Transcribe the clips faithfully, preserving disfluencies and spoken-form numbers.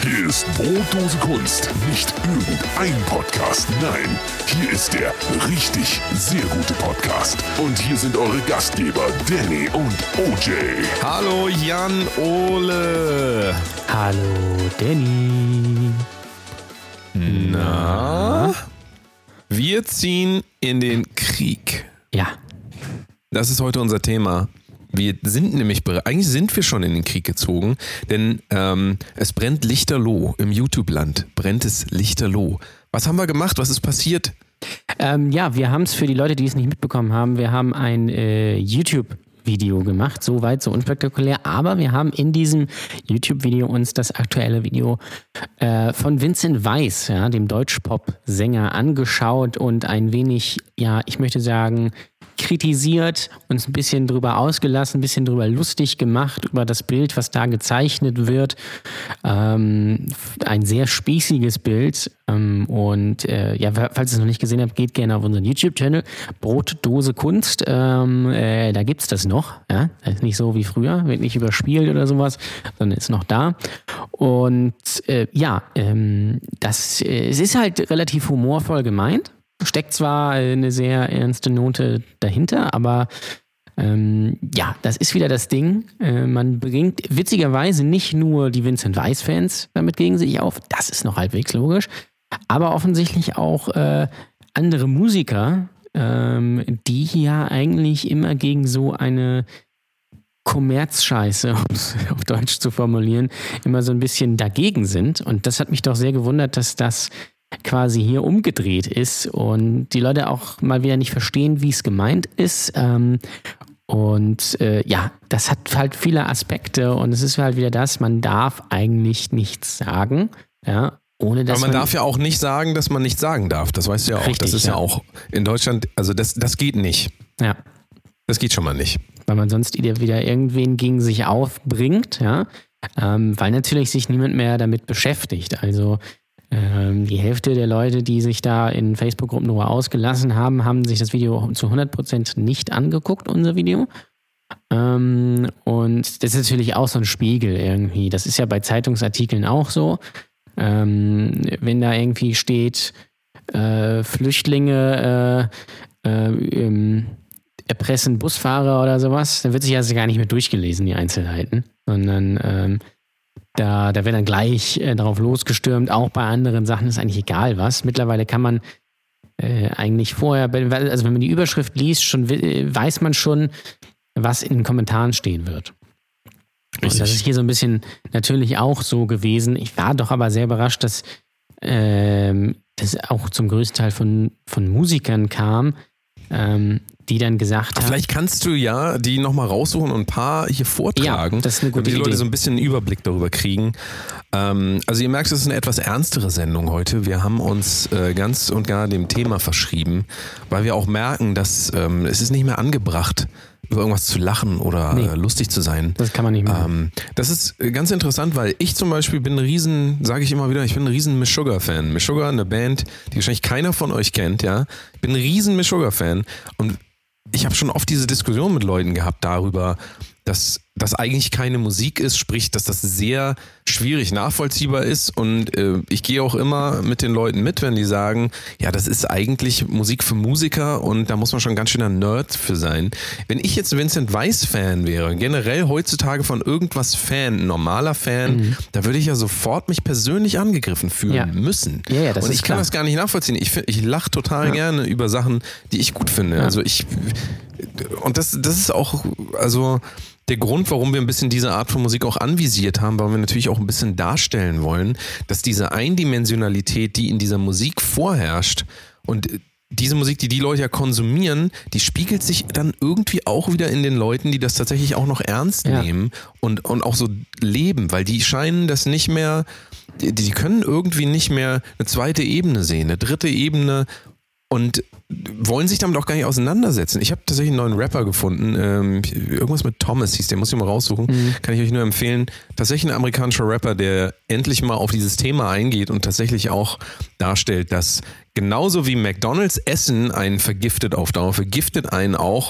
Hier ist Brotdose Kunst, nicht irgendein Podcast, nein, hier ist der richtig sehr gute Podcast. Und hier sind eure Gastgeber Danny und O J. Hallo Jan Ole. Hallo Danny. Na? Wir ziehen in den Krieg. Ja. Das ist heute unser Thema. Wir sind nämlich, eigentlich sind wir schon in den Krieg gezogen, denn ähm, es brennt lichterloh. Im YouTube-Land brennt es lichterloh. Was haben wir gemacht? Was ist passiert? Ähm, ja, wir haben es für die Leute, die es nicht mitbekommen haben, wir haben ein äh, YouTube-Video gemacht, so weit, so unspektakulär, aber wir haben in diesem YouTube-Video uns das aktuelle Video äh, von Vincent Weiss, ja, dem Deutschpop-Sänger, angeschaut und ein wenig, ja, ich möchte sagen, kritisiert, uns ein bisschen drüber ausgelassen, ein bisschen drüber lustig gemacht, über das Bild, was da gezeichnet wird. Ähm, ein sehr spießiges Bild. Ähm, und äh, ja, falls ihr es noch nicht gesehen habt, geht gerne auf unseren YouTube-Channel. Brotdose Kunst. Ähm, äh, da gibt's das noch. Ja? Das ist nicht so wie früher, wird nicht überspielt oder sowas, sondern ist noch da. Und äh, ja, ähm, das, äh, es ist halt relativ humorvoll gemeint. Steckt zwar eine sehr ernste Note dahinter, aber ähm, ja, das ist wieder das Ding. Äh, man bringt witzigerweise nicht nur die Vincent Weiss-Fans damit gegen sich auf, das ist noch halbwegs logisch, aber offensichtlich auch äh, andere Musiker, ähm, die ja eigentlich immer gegen so eine Kommerzscheiße, um es auf Deutsch zu formulieren, immer so ein bisschen dagegen sind. Und das hat mich doch sehr gewundert, dass das quasi hier umgedreht ist und die Leute auch mal wieder nicht verstehen, wie es gemeint ist. Ähm, und äh, ja, das hat halt viele Aspekte und es ist halt wieder das, man darf eigentlich nichts sagen, ja, ohne dass Aber man, man darf ja auch nicht sagen, dass man nichts sagen darf. Das weißt du ja auch. Richtig, das ist ja. ja auch in Deutschland, also das, das geht nicht. Ja. Das geht schon mal nicht. Weil man sonst wieder irgendwen gegen sich aufbringt, ja, ähm, weil natürlich sich niemand mehr damit beschäftigt. Also die Hälfte der Leute, die sich da in Facebook-Gruppen nur ausgelassen haben, haben sich das Video zu hundert Prozent nicht angeguckt, unser Video. Und das ist natürlich auch so ein Spiegel irgendwie. Das ist ja bei Zeitungsartikeln auch so. Wenn da irgendwie steht, äh, Flüchtlinge äh, äh, erpressen Busfahrer oder sowas, dann wird sich also gar nicht mehr durchgelesen, die Einzelheiten, sondern ähm, Da, da wird dann gleich äh, darauf losgestürmt. Auch bei anderen Sachen ist eigentlich egal was. Mittlerweile kann man äh, eigentlich vorher, also wenn man die Überschrift liest, schon weiß man schon, was in den Kommentaren stehen wird. Richtig. Und das ist hier so ein bisschen natürlich auch so gewesen. Ich war doch aber sehr überrascht, dass ähm, das auch zum größten Teil von, von Musikern kam, ähm, die dann gesagt haben. Vielleicht kannst du ja die nochmal raussuchen und ein paar hier vortragen, ja, das ist eine gute damit die Leute Idee. so ein bisschen einen Überblick darüber kriegen. Ähm, also ihr merkt, es ist eine etwas ernstere Sendung heute. Wir haben uns äh, ganz und gar dem Thema verschrieben, weil wir auch merken, dass ähm, es ist nicht mehr angebracht, über irgendwas zu lachen oder nee, lustig zu sein. Das kann man nicht machen. Ähm, das ist ganz interessant, weil ich zum Beispiel bin ein riesen, sage ich immer wieder, ich bin ein riesen Meshuggah-Fan. Meshuggah, eine Band, die wahrscheinlich keiner von euch kennt, ja. Ich bin ein riesen Meshuggah-Fan und ich habe schon oft diese Diskussion mit Leuten gehabt darüber, dass das eigentlich keine Musik ist, sprich, dass das sehr schwierig nachvollziehbar ist und äh, ich gehe auch immer mit den Leuten mit, wenn die sagen, ja, das ist eigentlich Musik für Musiker und da muss man schon ganz schöner Nerd für sein. Wenn ich jetzt Vincent Weiss-Fan wäre, generell heutzutage von irgendwas Fan, ein normaler Fan, mhm. da würde ich ja sofort mich persönlich angegriffen fühlen ja. müssen. Ja, ja, das und ich ist kann klar. das gar nicht nachvollziehen. Ich, ich lache total ja. gerne über Sachen, die ich gut finde. Ja. Also ich und das, das ist auch, also der Grund, warum wir ein bisschen diese Art von Musik auch anvisiert haben, weil wir natürlich auch ein bisschen darstellen wollen, dass diese Eindimensionalität, die in dieser Musik vorherrscht und diese Musik, die die Leute ja konsumieren, die spiegelt sich dann irgendwie auch wieder in den Leuten, die das tatsächlich auch noch ernst ja. nehmen und, und auch so leben, weil die scheinen das nicht mehr, die, die können irgendwie nicht mehr eine zweite Ebene sehen, eine dritte Ebene und wollen sich damit auch gar nicht auseinandersetzen. Ich habe tatsächlich einen neuen Rapper gefunden, ähm, irgendwas mit Thomas hieß, den muss ich mal raussuchen, mhm. kann ich euch nur empfehlen. Tatsächlich ein amerikanischer Rapper, der endlich mal auf dieses Thema eingeht und tatsächlich auch darstellt, dass genauso wie McDonald's Essen einen vergiftet auf Dauer, vergiftet einen auch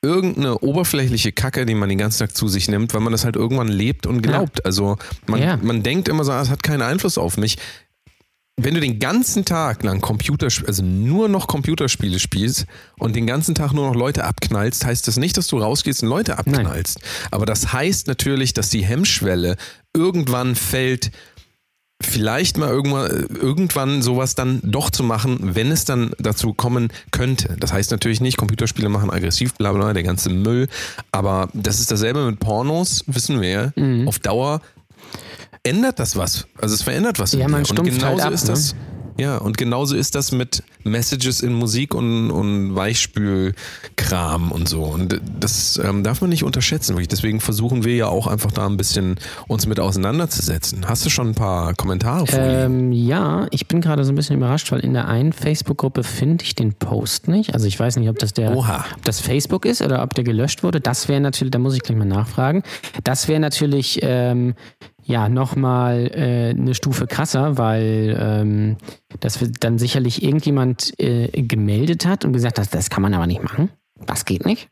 irgendeine oberflächliche Kacke, die man den ganzen Tag zu sich nimmt, weil man das halt irgendwann lebt und glaubt. Ja. Also man, ja. man denkt immer so, es hat keinen Einfluss auf mich. Wenn du den ganzen Tag lang Computerspiele, also nur noch Computerspiele spielst und den ganzen Tag nur noch Leute abknallst, heißt das nicht, dass du rausgehst und Leute abknallst. Nein. Aber das heißt natürlich, dass die Hemmschwelle irgendwann fällt, vielleicht mal irgendwann, irgendwann sowas dann doch zu machen, wenn es dann dazu kommen könnte. Das heißt natürlich nicht, Computerspiele machen aggressiv, bla bla, der ganze Müll. Aber das ist dasselbe mit Pornos, wissen wir ja. Mhm. Auf Dauer ändert das was. Also es verändert was. Ja, man stumpft und genauso halt ab, ist das. Ne? Ja, und genauso ist das mit Messages in Musik und, und Weichspülkram und so. Und das ähm, darf man nicht unterschätzen, wirklich. Deswegen versuchen wir ja auch einfach da ein bisschen uns mit auseinanderzusetzen. Hast du schon ein paar Kommentare vorliegen? Ähm, ja, ich bin gerade so ein bisschen überrascht, weil in der einen Facebook-Gruppe finde ich den Post nicht. Also ich weiß nicht, ob das der Oha. ob das Facebook ist oder ob der gelöscht wurde. Das wäre natürlich, da muss ich gleich mal nachfragen. Das wäre natürlich ähm, ja nochmal äh, eine Stufe krasser, weil ähm, das dann sicherlich irgendjemand äh, gemeldet hat und gesagt hat, das kann man aber nicht machen. Das geht nicht.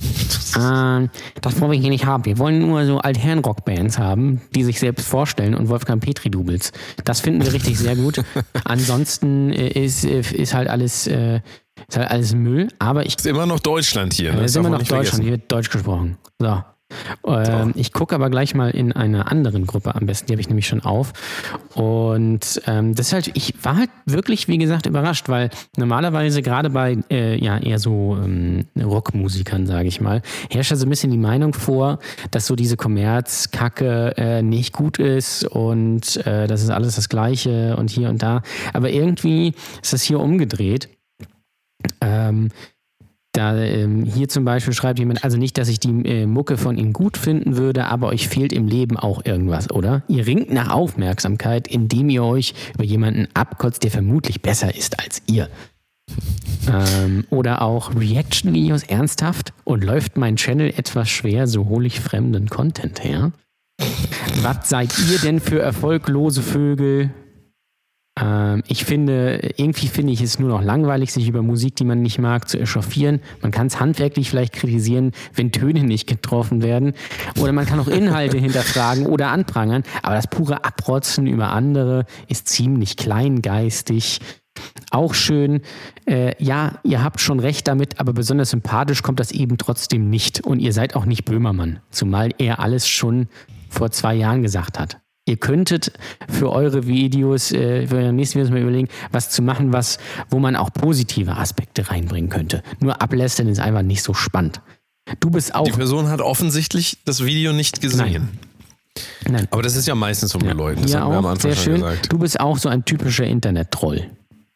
äh, das wollen wir hier nicht haben. Wir wollen nur so Altherren-Rockbands haben, die sich selbst vorstellen und Wolfgang Petri-Doubles. Das finden wir richtig sehr gut. Ansonsten ist, ist halt alles äh, ist halt alles Müll. Aber ich ist immer noch Deutschland hier. Ne? Äh, ist immer noch Deutschland. Vergessen. Hier wird Deutsch gesprochen. So. Ähm, ich gucke aber gleich mal in einer anderen Gruppe am besten, die habe ich nämlich schon auf. Und ähm, das ist halt, ich war halt wirklich, wie gesagt, überrascht, weil normalerweise gerade bei äh, ja eher so ähm, Rockmusikern, sage ich mal, herrscht da so ein bisschen die Meinung vor, dass so diese Kommerzkacke äh, nicht gut ist und äh, das ist alles das Gleiche und hier und da. Aber irgendwie ist das hier umgedreht. Ähm, Da, ähm, hier zum Beispiel schreibt jemand, also nicht, dass ich die äh, Mucke von ihm gut finden würde, aber euch fehlt im Leben auch irgendwas, oder? Ihr ringt nach Aufmerksamkeit, indem ihr euch über jemanden abkotzt, der vermutlich besser ist als ihr. ähm, oder auch Reaction-Videos ernsthaft und läuft mein Channel etwas schwer, so hole ich fremden Content her. Was seid ihr denn für erfolglose Vögel? Ähm, ich finde, irgendwie finde ich es nur noch langweilig, sich über Musik, die man nicht mag, zu echauffieren. Man kann es handwerklich vielleicht kritisieren, wenn Töne nicht getroffen werden. Oder man kann auch Inhalte hinterfragen oder anprangern. Aber das pure Abrotzen über andere ist ziemlich kleingeistig. Auch schön, äh, ja, ihr habt schon recht damit, aber besonders sympathisch kommt das eben trotzdem nicht. Und ihr seid auch nicht Böhmermann, zumal er alles schon vor zwei Jahren gesagt hat. Ihr könntet für eure Videos, äh, für eure nächsten Videos mal überlegen, was zu machen, was, wo man auch positive Aspekte reinbringen könnte. Nur ablästern ist einfach nicht so spannend. Du bist auch... Die Person hat offensichtlich das Video nicht gesehen. Nein. Nein. Aber das ist ja meistens so mit ja. Leuten. Das ja, haben wir am auch, Anfang sehr schon schön. gesagt. Du bist auch so ein typischer Internet-Troll.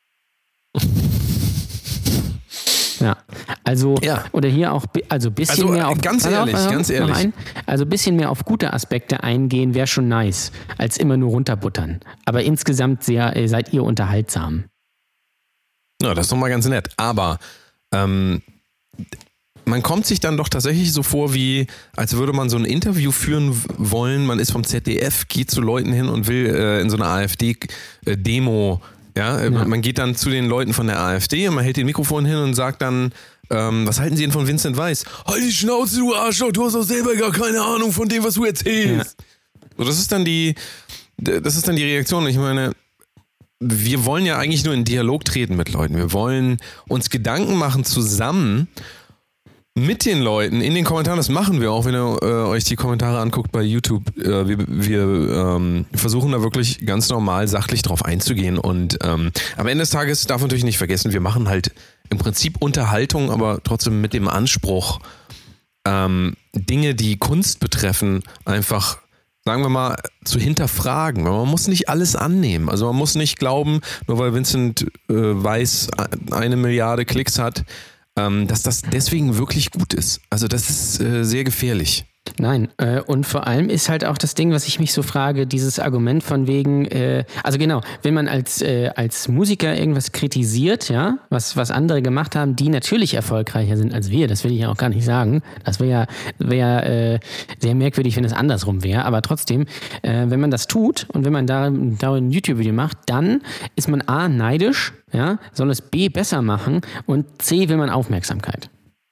Ja, also ja. oder hier auch also bisschen also, mehr auf ganz ehrlich, auf, ganz ehrlich. Ein, also bisschen mehr auf gute Aspekte eingehen wäre schon nice, als immer nur runterbuttern. Aber insgesamt sehr äh, seid ihr unterhaltsam. Ja, das ist doch mal ganz nett. Aber ähm, man kommt sich dann doch tatsächlich so vor, wie als würde man so ein Interview führen wollen. Man ist vom Z D F, geht zu Leuten hin und will äh, in so einer AfD-Demo. Ja, ja, man geht dann zu den Leuten von der AfD und man hält den Mikrofon hin und sagt dann, ähm, was halten Sie denn von Vincent Weiss? Halt die Schnauze, du Arschloch, du hast doch selber gar keine Ahnung von dem, was du erzählst. Ja. So, das ist dann die, das ist dann die Reaktion. Ich meine, wir wollen ja eigentlich nur in Dialog treten mit Leuten. Wir wollen uns Gedanken machen zusammen mit den Leuten in den Kommentaren. Das machen wir auch, wenn ihr äh, euch die Kommentare anguckt bei YouTube. Äh, wir wir ähm, versuchen da wirklich ganz normal sachlich drauf einzugehen. Und ähm, am Ende des Tages darf man natürlich nicht vergessen, wir machen halt im Prinzip Unterhaltung, aber trotzdem mit dem Anspruch, ähm, Dinge, die Kunst betreffen, einfach, sagen wir mal, zu hinterfragen. Man muss nicht alles annehmen. Also man muss nicht glauben, nur weil Vincent äh, Weiss eine Milliarde Klicks hat, ähm, dass das deswegen wirklich gut ist. Also das ist äh, sehr gefährlich. Nein, äh, und vor allem ist halt auch das Ding, was ich mich so frage, dieses Argument von wegen, äh, also genau, wenn man als, äh, als Musiker irgendwas kritisiert, ja, was, was andere gemacht haben, die natürlich erfolgreicher sind als wir, das will ich ja auch gar nicht sagen, das wäre ja, wär, äh, sehr merkwürdig, wenn es andersrum wäre, aber trotzdem, äh, wenn man das tut und wenn man da, da ein YouTube-Video macht, dann ist man A, neidisch, ja, soll es B, besser machen und C, will man Aufmerksamkeit.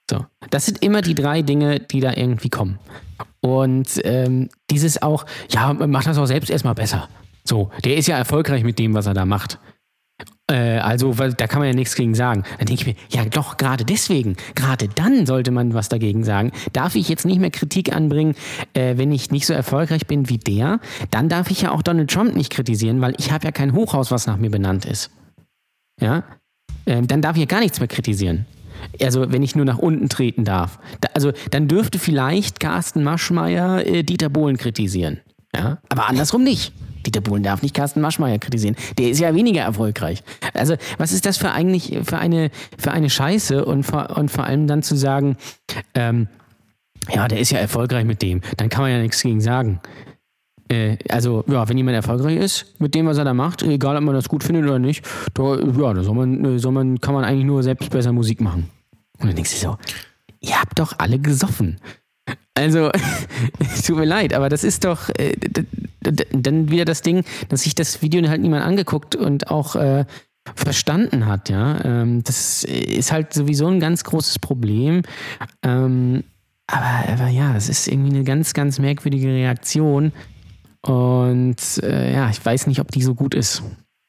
So, das sind immer die drei Dinge, die da irgendwie kommen. Und ähm, dieses auch, ja, macht das auch selbst erstmal besser. So, der ist ja erfolgreich mit dem, was er da macht. Äh, also, weil, da kann man ja nichts gegen sagen. Dann denke ich mir, ja doch, gerade deswegen, gerade dann sollte man was dagegen sagen. Darf ich jetzt nicht mehr Kritik anbringen, äh, wenn ich nicht so erfolgreich bin wie der, dann darf ich ja auch Donald Trump nicht kritisieren, weil ich habe ja kein Hochhaus, was nach mir benannt ist. Ja, äh, dann darf ich ja gar nichts mehr kritisieren. Also wenn ich nur nach unten treten darf. Da, also dann dürfte vielleicht Carsten Maschmeyer äh, Dieter Bohlen kritisieren. Ja? Aber andersrum nicht. Dieter Bohlen darf nicht Carsten Maschmeyer kritisieren. Der ist ja weniger erfolgreich. Also was ist das für eigentlich für eine, für eine Scheiße und vor, und vor allem dann zu sagen, ähm, ja, der ist ja erfolgreich mit dem. Dann kann man ja nichts gegen sagen. Äh, also, ja, wenn jemand erfolgreich ist mit dem, was er da macht, egal ob man das gut findet oder nicht, da, ja, da soll man, soll man, kann man eigentlich nur selbst besser Musik machen. Und dann denkst du so, ihr habt doch alle gesoffen. Also, es tut mir leid, aber das ist doch äh, d- d- dann wieder das Ding, dass sich das Video halt niemand angeguckt und auch äh, verstanden hat, ja. Ähm, das ist halt sowieso ein ganz großes Problem. Ähm, aber, aber ja, es ist irgendwie eine ganz, ganz merkwürdige Reaktion. Und äh, ja, ich weiß nicht, ob die so gut ist.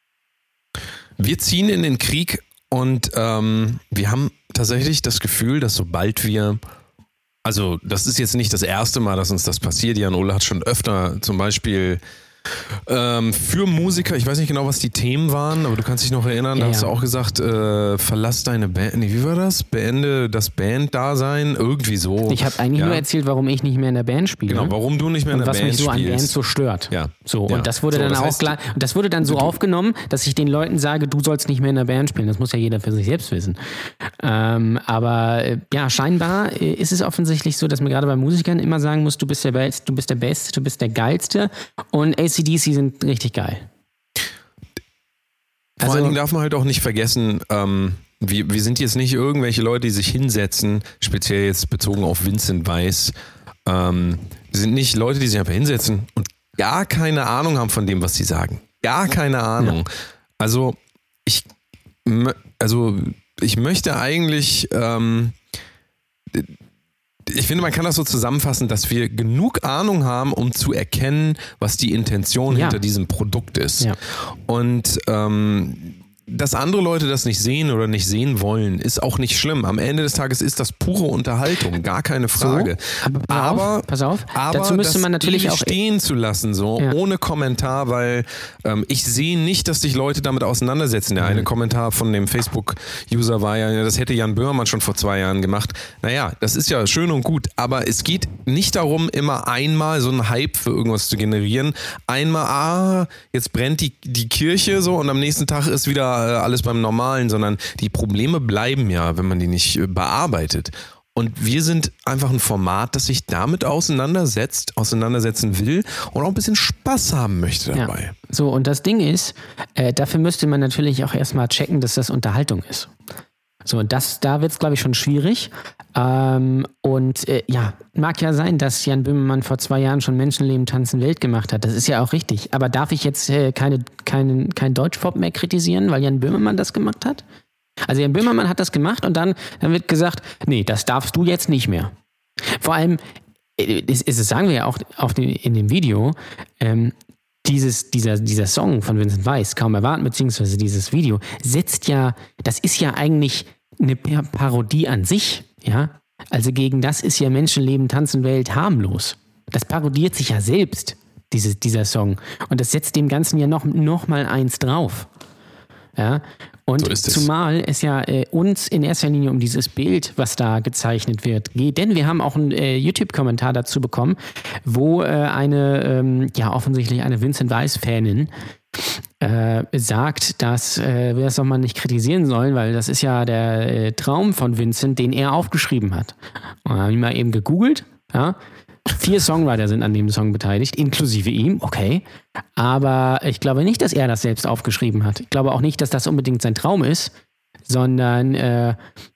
Wir ziehen in den Krieg und ähm, wir haben tatsächlich das Gefühl, dass sobald wir, also das ist jetzt nicht das erste Mal, dass uns das passiert, Jan Ole hat schon öfter zum Beispiel ähm, für Musiker, ich weiß nicht genau, was die Themen waren, aber du kannst dich noch erinnern, ja, da hast ja. du auch gesagt, äh, verlass deine Band, nee, wie war das? Beende das Band-Dasein, irgendwie so. Ich habe eigentlich ja. nur erzählt, warum ich nicht mehr in der Band spiele. Genau, warum du nicht mehr in und der was Band mich so spielst. an Bands so stört. Ja. So, Ja. und das wurde So, dann das auch heißt, klar, und das wurde dann so du, aufgenommen, dass ich den Leuten sage, du sollst nicht mehr in der Band spielen. Das muss ja jeder für sich selbst wissen. Ähm, aber äh, ja, scheinbar äh, ist es offensichtlich so, dass man gerade bei Musikern immer sagen muss, du bist der Beste, du bist der Beste, du bist der Geilste und A C D C sind richtig geil. Vor Also- allen Dingen darf man halt auch nicht vergessen, ähm, wir, wir sind jetzt nicht irgendwelche Leute, die sich hinsetzen, speziell jetzt bezogen auf Vincent Weiss. Ähm, wir sind nicht Leute, die sich einfach hinsetzen und gar keine Ahnung haben von dem, was sie sagen. Gar keine Ahnung. Ja. Also ich, mö- also ich möchte eigentlich, ähm, ich finde, man kann das so zusammenfassen, dass wir genug Ahnung haben, um zu erkennen, was die Intention Ja. hinter diesem Produkt ist. Ja. Und ähm, dass andere Leute das nicht sehen oder nicht sehen wollen, ist auch nicht schlimm. Am Ende des Tages ist das pure Unterhaltung, gar keine Frage. So, aber pass aber, auf, pass auf. aber Dazu müsste das man natürlich ewig auch stehen zu lassen, so Ja. ohne Kommentar, weil ähm, ich sehe nicht, dass sich Leute damit auseinandersetzen. Der eine Kommentar von dem Facebook-User war ja, das hätte Jan Böhmermann schon vor zwei Jahren gemacht. Naja, das ist ja schön und gut, aber es geht nicht darum, immer einmal so einen Hype für irgendwas zu generieren. Einmal, ah, jetzt brennt die, die Kirche so und am nächsten Tag ist wieder äh, alles beim Normalen, sondern die Probleme bleiben ja, wenn man die nicht äh, bearbeitet. Und wir sind einfach ein Format, das sich damit auseinandersetzt, auseinandersetzen will und auch ein bisschen Spaß haben möchte dabei. Ja. So, und das Ding ist, äh, dafür müsste man natürlich auch erstmal checken, dass das Unterhaltung ist. So, und das, da wird es, glaube ich, schon schwierig. Ähm, und äh, ja, mag ja sein, dass Jan Böhmermann vor zwei Jahren schon Menschenleben, Tanzen, Welt gemacht hat. Das ist ja auch richtig. Aber darf ich jetzt äh, keine, keinen, kein Deutschpop mehr kritisieren, weil Jan Böhmermann das gemacht hat? Also Jan Böhmermann hat das gemacht und dann, dann wird gesagt, nee, das darfst du jetzt nicht mehr. Vor allem, äh, das, das sagen wir ja auch auf dem, in dem Video, ähm, Dieses, dieser, dieser Song von Vincent Weiss, Kaum erwarten, beziehungsweise dieses Video, setzt ja, das ist ja eigentlich eine Parodie an sich, ja. Also gegen das ist ja Menschenleben, Tanzen, Welt harmlos. Das parodiert sich ja selbst, dieses, dieser Song. Und das setzt dem Ganzen ja noch, noch mal eins drauf. Ja. Und So ist es. zumal es ja äh, uns in erster Linie um dieses Bild, was da gezeichnet wird, geht. Denn wir haben auch einen äh, YouTube-Kommentar dazu bekommen, wo äh, eine, ähm, ja offensichtlich eine Vincent Weiss-Fanin äh, sagt, dass äh, wir das doch mal nicht kritisieren sollen, weil das ist ja der äh, Traum von Vincent, den er aufgeschrieben hat. Und dann habe ich mal eben gegoogelt, ja. Vier Songwriter sind an dem Song beteiligt, inklusive ihm, okay. Aber ich glaube nicht, dass er das selbst aufgeschrieben hat. Ich glaube auch nicht, dass das unbedingt sein Traum ist, sondern äh,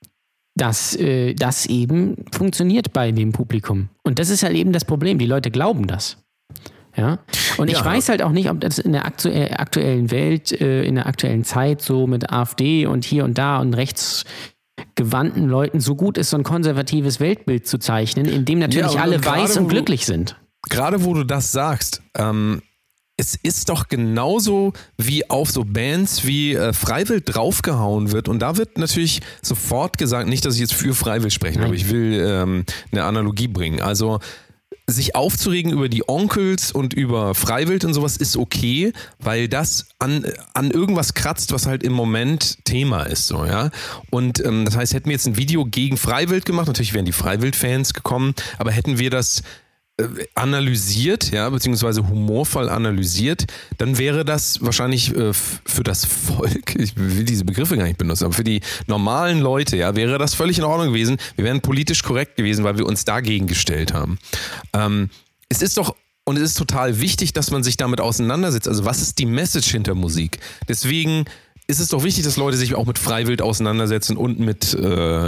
dass äh, das eben funktioniert bei dem Publikum. Und das ist halt eben das Problem. Die Leute glauben das. Ja. Und ich Ja. weiß halt auch nicht, ob das in der aktu- äh, aktuellen Welt, äh, in der aktuellen Zeit so mit AfD und hier und da und rechts gewandten Leuten so gut ist, so ein konservatives Weltbild zu zeichnen, in dem natürlich Ja, und alle gerade, weiß und wo- glücklich sind. Gerade wo du das sagst, ähm, es ist doch genauso, wie auf so Bands wie äh, Freiwild draufgehauen wird. Und da wird natürlich sofort gesagt, nicht, dass ich jetzt für Freiwild spreche, Nein. aber ich will ähm, eine Analogie bringen. Also sich aufzuregen über die Onkels und über Freiwild und sowas ist okay, weil das an, an irgendwas kratzt, was halt im Moment Thema ist. So, ja? Und ähm, das heißt, hätten wir jetzt ein Video gegen Freiwild gemacht, natürlich wären die Freiwild-Fans gekommen, aber hätten wir das analysiert, ja, beziehungsweise humorvoll analysiert, dann wäre das wahrscheinlich äh, f- für das Volk, ich will diese Begriffe gar nicht benutzen, aber für die normalen Leute, ja, wäre das völlig in Ordnung gewesen. Wir wären politisch korrekt gewesen, weil wir uns dagegen gestellt haben. Ähm, es ist doch, und es ist total wichtig, dass man sich damit auseinandersetzt. Also was ist die Message hinter Musik? Deswegen ist es doch wichtig, dass Leute sich auch mit Freiwild auseinandersetzen und mit äh,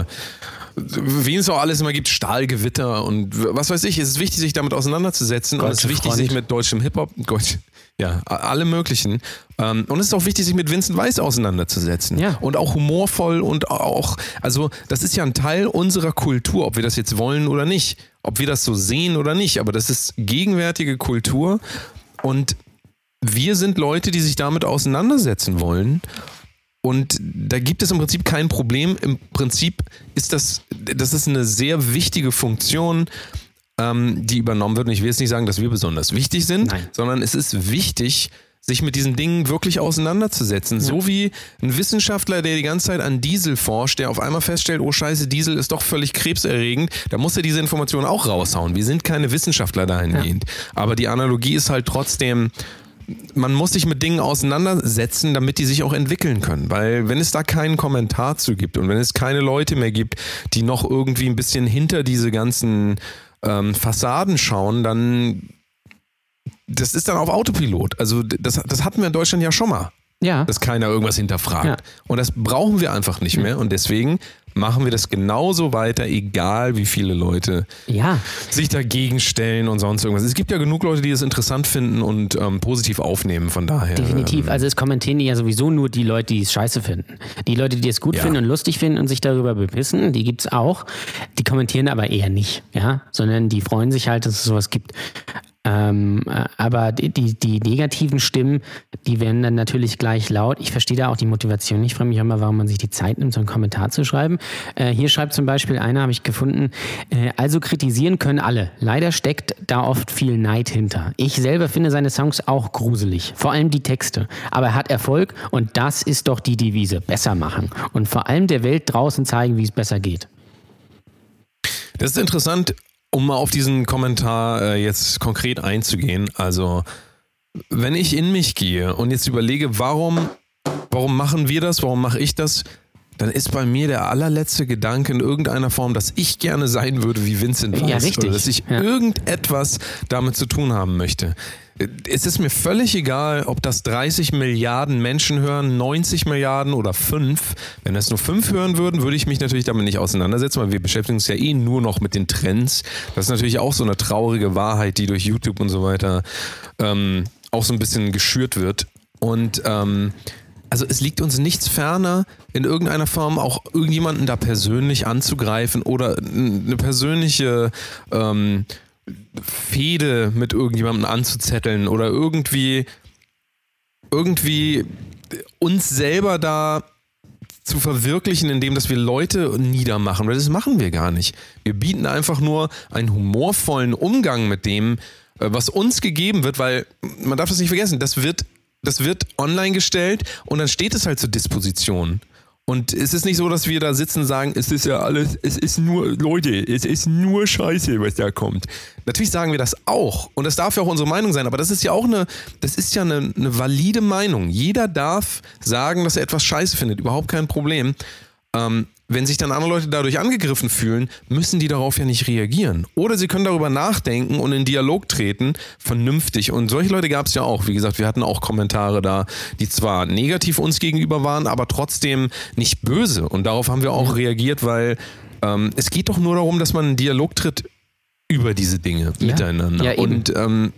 wen es auch alles immer gibt, Stahlgewitter und was weiß ich. Es ist wichtig, sich damit auseinanderzusetzen und es ist Deutsche wichtig, Front. sich mit deutschem Hip-Hop, Gott, ja, alle möglichen. Ähm, Und es ist auch wichtig, sich mit Vincent Weiss auseinanderzusetzen. Ja. Und auch humorvoll und auch, also das ist ja ein Teil unserer Kultur, ob wir das jetzt wollen oder nicht. Ob wir das so sehen oder nicht. Aber das ist gegenwärtige Kultur und wir sind Leute, die sich damit auseinandersetzen wollen. Und da gibt es im Prinzip kein Problem. Im Prinzip ist das, das ist eine sehr wichtige Funktion, ähm, die übernommen wird. Und ich will jetzt nicht sagen, dass wir besonders wichtig sind, Nein. sondern es ist wichtig, sich mit diesen Dingen wirklich auseinanderzusetzen. Ja. So wie ein Wissenschaftler, der die ganze Zeit an Diesel forscht, der auf einmal feststellt, oh Scheiße, Diesel ist doch völlig krebserregend, da muss er diese Information auch raushauen. Wir sind keine Wissenschaftler dahingehend. Ja. Aber die Analogie ist halt trotzdem, man muss sich mit Dingen auseinandersetzen, damit die sich auch entwickeln können. Weil wenn es da keinen Kommentar zu gibt und wenn es keine Leute mehr gibt, die noch irgendwie ein bisschen hinter diese ganzen ähm, Fassaden schauen, dann das ist dann auf Autopilot. Also das, das hatten wir in Deutschland ja schon mal. Ja. Dass keiner irgendwas hinterfragt. Ja. Und das brauchen wir einfach nicht mehr. Und deswegen machen wir das genauso weiter, egal wie viele Leute Ja. sich dagegen stellen und sonst irgendwas. Es gibt ja genug Leute, die das interessant finden und ähm, positiv aufnehmen, von daher. Definitiv. Ähm, Also es kommentieren ja sowieso nur die Leute, die es scheiße finden. Die Leute, die es gut Ja. finden und lustig finden und sich darüber bepissen, die gibt's auch. Die kommentieren aber eher nicht, ja, sondern die freuen sich halt, dass es sowas gibt. Ähm, äh, aber die, die, die negativen Stimmen, die werden dann natürlich gleich laut. Ich verstehe da auch die Motivation nicht. Ich frage mich auch immer, warum man sich die Zeit nimmt, so einen Kommentar zu schreiben. Äh, hier schreibt zum Beispiel einer, habe ich gefunden, äh, also kritisieren können alle. Leider steckt da oft viel Neid hinter. Ich selber finde seine Songs auch gruselig. Vor allem die Texte. Aber er hat Erfolg und das ist doch die Devise. Besser machen. Und vor allem der Welt draußen zeigen, wie es besser geht. Das ist interessant, um mal auf diesen Kommentar äh, jetzt konkret einzugehen. Also, wenn ich in mich gehe und jetzt überlege, warum, warum machen wir das, warum mache ich das, dann ist bei mir der allerletzte Gedanke in irgendeiner Form, dass ich gerne sein würde wie Vincent Weiss. Ja, richtig. Oder dass ich Ja. irgendetwas damit zu tun haben möchte. Es ist mir völlig egal, ob das dreißig Milliarden Menschen hören, neunzig Milliarden oder fünf. Wenn das nur fünf hören würden, würde ich mich natürlich damit nicht auseinandersetzen, weil wir beschäftigen uns ja eh nur noch mit den Trends. Das ist natürlich auch so eine traurige Wahrheit, die durch YouTube und so weiter ähm, auch so ein bisschen geschürt wird. Und ähm, also es liegt uns nichts ferner, in irgendeiner Form auch irgendjemanden da persönlich anzugreifen oder eine persönliche ähm, Fehde mit irgendjemandem anzuzetteln oder irgendwie irgendwie uns selber da zu verwirklichen, indem dass wir Leute niedermachen, weil das machen wir gar nicht. Wir bieten einfach nur einen humorvollen Umgang mit dem, was uns gegeben wird, weil man darf das nicht vergessen, das wird, das wird online gestellt und dann steht es halt zur Disposition. Und es ist nicht so, dass wir da sitzen und sagen, es ist ja alles, es ist nur, Leute, es ist nur Scheiße, was da kommt. Natürlich sagen wir das auch. Und das darf ja auch unsere Meinung sein. Aber das ist ja auch eine, das ist ja eine, eine valide Meinung. Jeder darf sagen, dass er etwas Scheiße findet. Überhaupt kein Problem. Ähm, wenn sich dann andere Leute dadurch angegriffen fühlen, müssen die darauf ja nicht reagieren. Oder sie können darüber nachdenken und in Dialog treten, vernünftig. Und solche Leute gab es ja auch. Wie gesagt, wir hatten auch Kommentare da, die zwar negativ uns gegenüber waren, aber trotzdem nicht böse. Und darauf haben wir auch ja. reagiert, weil ähm, es geht doch nur darum, dass man in Dialog tritt über diese Dinge ja. miteinander. Ja, eben. Und ähm,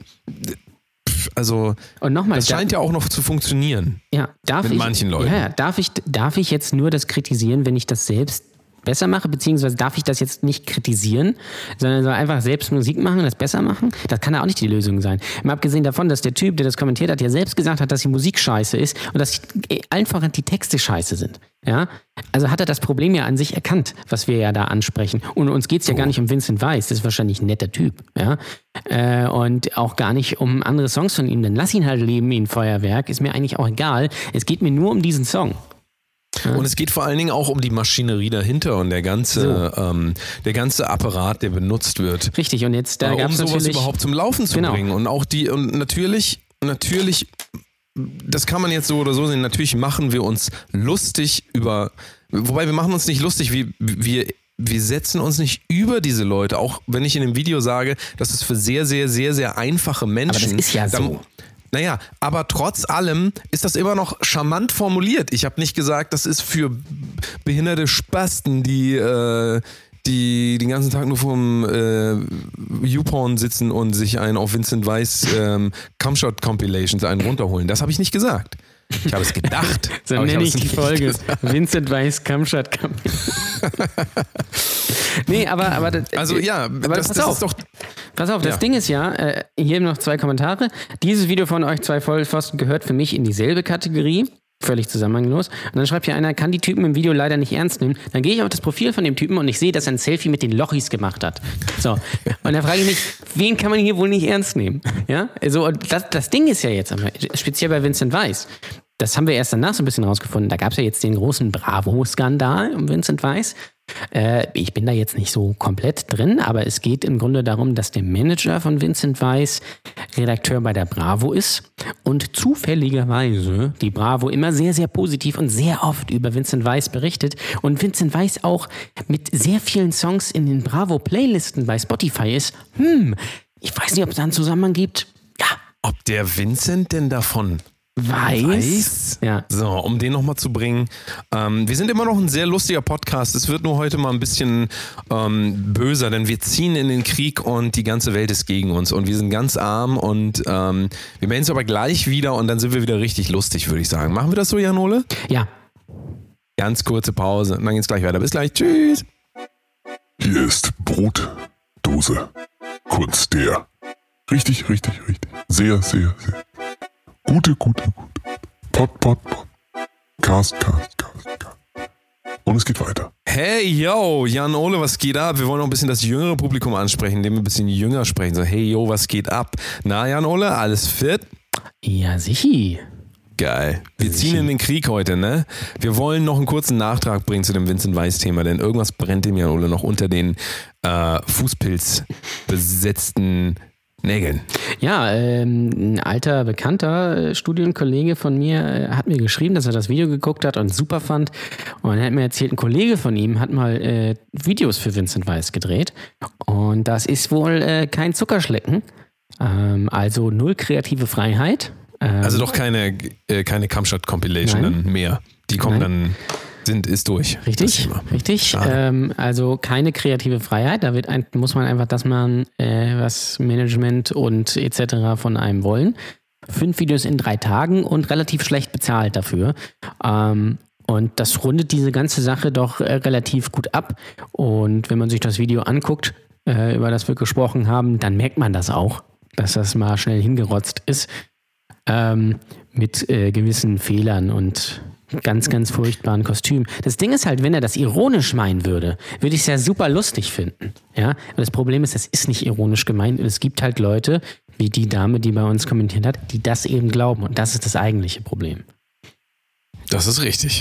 also und noch mal, das scheint ja auch noch zu funktionieren. Ja, darf mit ich, manchen Leuten. Ja, darf ich, darf ich jetzt nur das kritisieren, wenn ich das selbst besser mache, beziehungsweise darf ich das jetzt nicht kritisieren, sondern soll einfach selbst Musik machen und das besser machen? Das kann ja auch nicht die Lösung sein. Mal abgesehen davon, dass der Typ, der das kommentiert hat, ja selbst gesagt hat, dass die Musik scheiße ist und dass einfach die Texte scheiße sind. Ja? Also hat er das Problem ja an sich erkannt, was wir ja da ansprechen. Und uns geht es ja gar nicht um Vincent Weiss, das ist wahrscheinlich ein netter Typ. Ja? Äh, und auch gar nicht um andere Songs von ihm. Dann lass ihn halt leben wie ein Feuerwerk, ist mir eigentlich auch egal. Es geht mir nur um diesen Song. Ja. Und es geht vor allen Dingen auch um die Maschinerie dahinter und der ganze, so. ähm, der ganze Apparat, der benutzt wird. Richtig, und jetzt da um gab es sowas natürlich überhaupt zum Laufen zu genau. bringen. Und auch die, und natürlich, natürlich, das kann man jetzt so oder so sehen, natürlich machen wir uns lustig über, wobei wir machen uns nicht lustig, wir, wir, wir setzen uns nicht über diese Leute, auch wenn ich in dem Video sage, das ist für sehr, sehr, sehr, sehr einfache Menschen. Aber das ist ja so. Dann, Naja, aber trotz allem ist das immer noch charmant formuliert. Ich habe nicht gesagt, das ist für behinderte Spasten, die, äh, die den ganzen Tag nur vorm äh, YouPorn sitzen und sich einen auf Vincent Weiss ähm, Cumshot Compilations einen runterholen. Das habe ich nicht gesagt. Ich habe es gedacht. So nenne ich, ich die Folge. Gesagt. Vincent Weiss Cumshot Compilation. Nee, aber, aber das, also ja, aber das, pass das auf. ist doch. Pass auf, das ja. Ding ist ja, äh, hier noch zwei Kommentare. Dieses Video von euch zwei Vollpfosten gehört für mich in dieselbe Kategorie. Völlig zusammenhanglos. Und dann schreibt hier einer, kann die Typen im Video leider nicht ernst nehmen. Dann gehe ich auf das Profil von dem Typen und ich sehe, dass er ein Selfie mit den Lochis gemacht hat. So. Und dann frage ich mich, wen kann man hier wohl nicht ernst nehmen? Ja? Also, und das, das Ding ist ja jetzt, speziell bei Vincent Weiss, das haben wir erst danach so ein bisschen rausgefunden. Da gab es ja jetzt den großen Bravo-Skandal um Vincent Weiss. Äh, ich bin da jetzt nicht so komplett drin, aber es geht im Grunde darum, dass der Manager von Vincent Weiss Redakteur bei der Bravo ist und zufälligerweise die Bravo immer sehr, sehr positiv und sehr oft über Vincent Weiss berichtet und Vincent Weiss auch mit sehr vielen Songs in den Bravo-Playlisten bei Spotify ist. Hm, ich weiß nicht, ob es da einen Zusammenhang gibt. Ja. Ob der Vincent denn davon Weiß. Weiß. Ja. So, um den nochmal zu bringen. Ähm, wir sind immer noch ein sehr lustiger Podcast. Es wird nur heute mal ein bisschen ähm, böser, denn wir ziehen in den Krieg und die ganze Welt ist gegen uns und wir sind ganz arm und ähm, wir melden uns aber gleich wieder und dann sind wir wieder richtig lustig, würde ich sagen. Machen wir das so, Jan Ole? Ja. Ganz kurze Pause und dann geht's gleich weiter. Bis gleich. Tschüss. Hier ist Brotdose Kunst, der richtig, richtig, richtig, sehr, sehr, sehr Gute, gute, gute. Pot, pot, pot. Cast, cast, cast, cast. Und es geht weiter. Hey, yo, Jan Ole, was geht ab? Wir wollen noch ein bisschen das jüngere Publikum ansprechen, indem wir ein bisschen jünger sprechen. So, hey, yo, was geht ab? Na, Jan Ole, alles fit? Ja, sicher. Geil. Wir ziehen in den Krieg heute, ne? Wir wollen noch einen kurzen Nachtrag bringen zu dem Vincent Weiss-Thema, denn irgendwas brennt dem Jan Ole noch unter den äh, Fußpilz besetzten Nägeln. Ja, ähm, ein alter, bekannter Studienkollege von mir äh, hat mir geschrieben, dass er das Video geguckt hat und super fand. Und er hat mir erzählt, ein Kollege von ihm hat mal äh, Videos für Vincent Weiss gedreht. Und das ist wohl äh, kein Zuckerschlecken. Ähm, also null kreative Freiheit. Ähm, also doch keine, äh, keine Cumshot-Compilation dann mehr. Die kommen Nein. dann... Sind, ist durch. Richtig, richtig. Ähm, also keine kreative Freiheit. Da wird ein, muss man einfach das machen, äh, was Management und et cetera von einem wollen. Fünf Videos in drei Tagen und relativ schlecht bezahlt dafür. Ähm, und das rundet diese ganze Sache doch äh, relativ gut ab. Und wenn man sich das Video anguckt, äh, über das wir gesprochen haben, dann merkt man das auch, dass das mal schnell hingerotzt ist. Ähm, mit äh, gewissen Fehlern und ganz, ganz furchtbaren Kostüm. Das Ding ist halt, wenn er das ironisch meinen würde, würde ich es ja super lustig finden. Ja? Aber das Problem ist, das ist nicht ironisch gemeint. Und es gibt halt Leute, wie die Dame, die bei uns kommentiert hat, die das eben glauben. Und das ist das eigentliche Problem. Das ist richtig.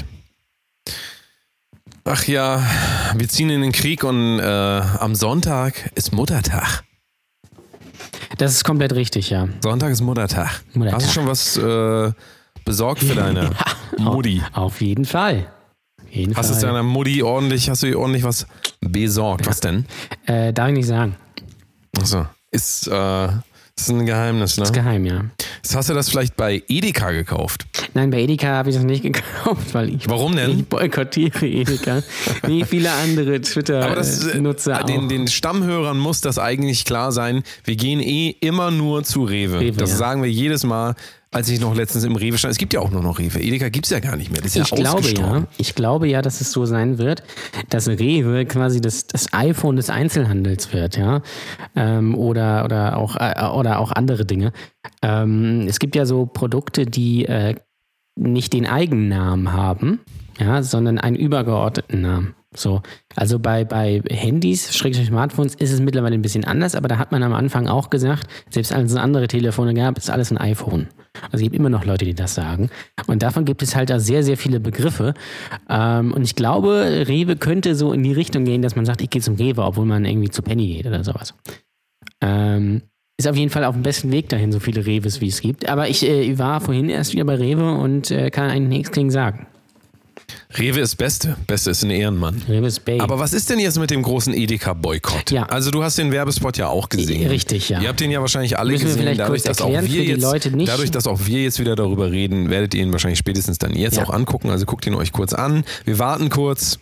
Ach ja, wir ziehen in den Krieg und äh, am Sonntag ist Muttertag. Das ist komplett richtig, ja. Sonntag ist Muttertag. Muttertag. Hast du schon was äh, besorgt für deine ja, Mutti? Auf, auf jeden Fall. Jeden hast du deiner Mutti ordentlich, hast du ihr ordentlich was besorgt? Ja. Was denn? Äh, darf ich nicht sagen. Achso. Ist, äh, ist ein Geheimnis, ne? Ist geheim, ja. Hast du das vielleicht bei Edeka gekauft? Nein, bei Edeka habe ich das nicht gekauft, weil ich, Warum denn? ich boykottiere Edeka. Wie viele andere Twitter-Nutzer den, auch. Den Stammhörern muss das eigentlich klar sein. Wir gehen eh immer nur zu Rewe. Rewe das ja. sagen wir jedes Mal. als ich noch letztens im Rewe stand. Es gibt ja auch nur noch Rewe. Edeka gibt es ja gar nicht mehr. Das ist ja ich glaube ausgestorben. ja, ich glaube ja, dass es so sein wird, dass Rewe quasi das, das iPhone des Einzelhandels wird, ja. Ähm, oder, oder, auch, äh, oder auch andere Dinge. Ähm, es gibt ja so Produkte, die äh, nicht den Eigennamen haben, ja, sondern einen übergeordneten Namen. So, also bei, bei Handys, Schrägstrich Smartphones, ist es mittlerweile ein bisschen anders, aber da hat man am Anfang auch gesagt, selbst als es andere Telefone gab, ist alles ein iPhone. Also es gibt immer noch Leute, die das sagen. Und davon gibt es halt da sehr, sehr viele Begriffe. Ähm, und ich glaube, Rewe könnte so in die Richtung gehen, dass man sagt, ich gehe zum Rewe, obwohl man irgendwie zu Penny geht oder sowas. Ähm, ist auf jeden Fall auf dem besten Weg dahin, so viele Rewes, wie es gibt. Aber ich äh, war vorhin erst wieder bei Rewe und äh, kann eigentlich nichts gegen sagen. Rewe ist Beste. Beste ist ein Ehrenmann. Rewe ist Babe. Aber was ist denn jetzt mit dem großen Edeka-Boykott? Ja. Also du hast den Werbespot ja auch gesehen. Richtig, ja. Ihr habt den ja wahrscheinlich alle Müssen wir gesehen. vielleicht Dadurch, kurz dass auch erklären wir für die jetzt, Leute nicht? dadurch, dass auch wir jetzt wieder darüber reden, werdet ihr ihn wahrscheinlich spätestens dann jetzt Ja. auch angucken. Also guckt ihn euch kurz an. Wir warten kurz.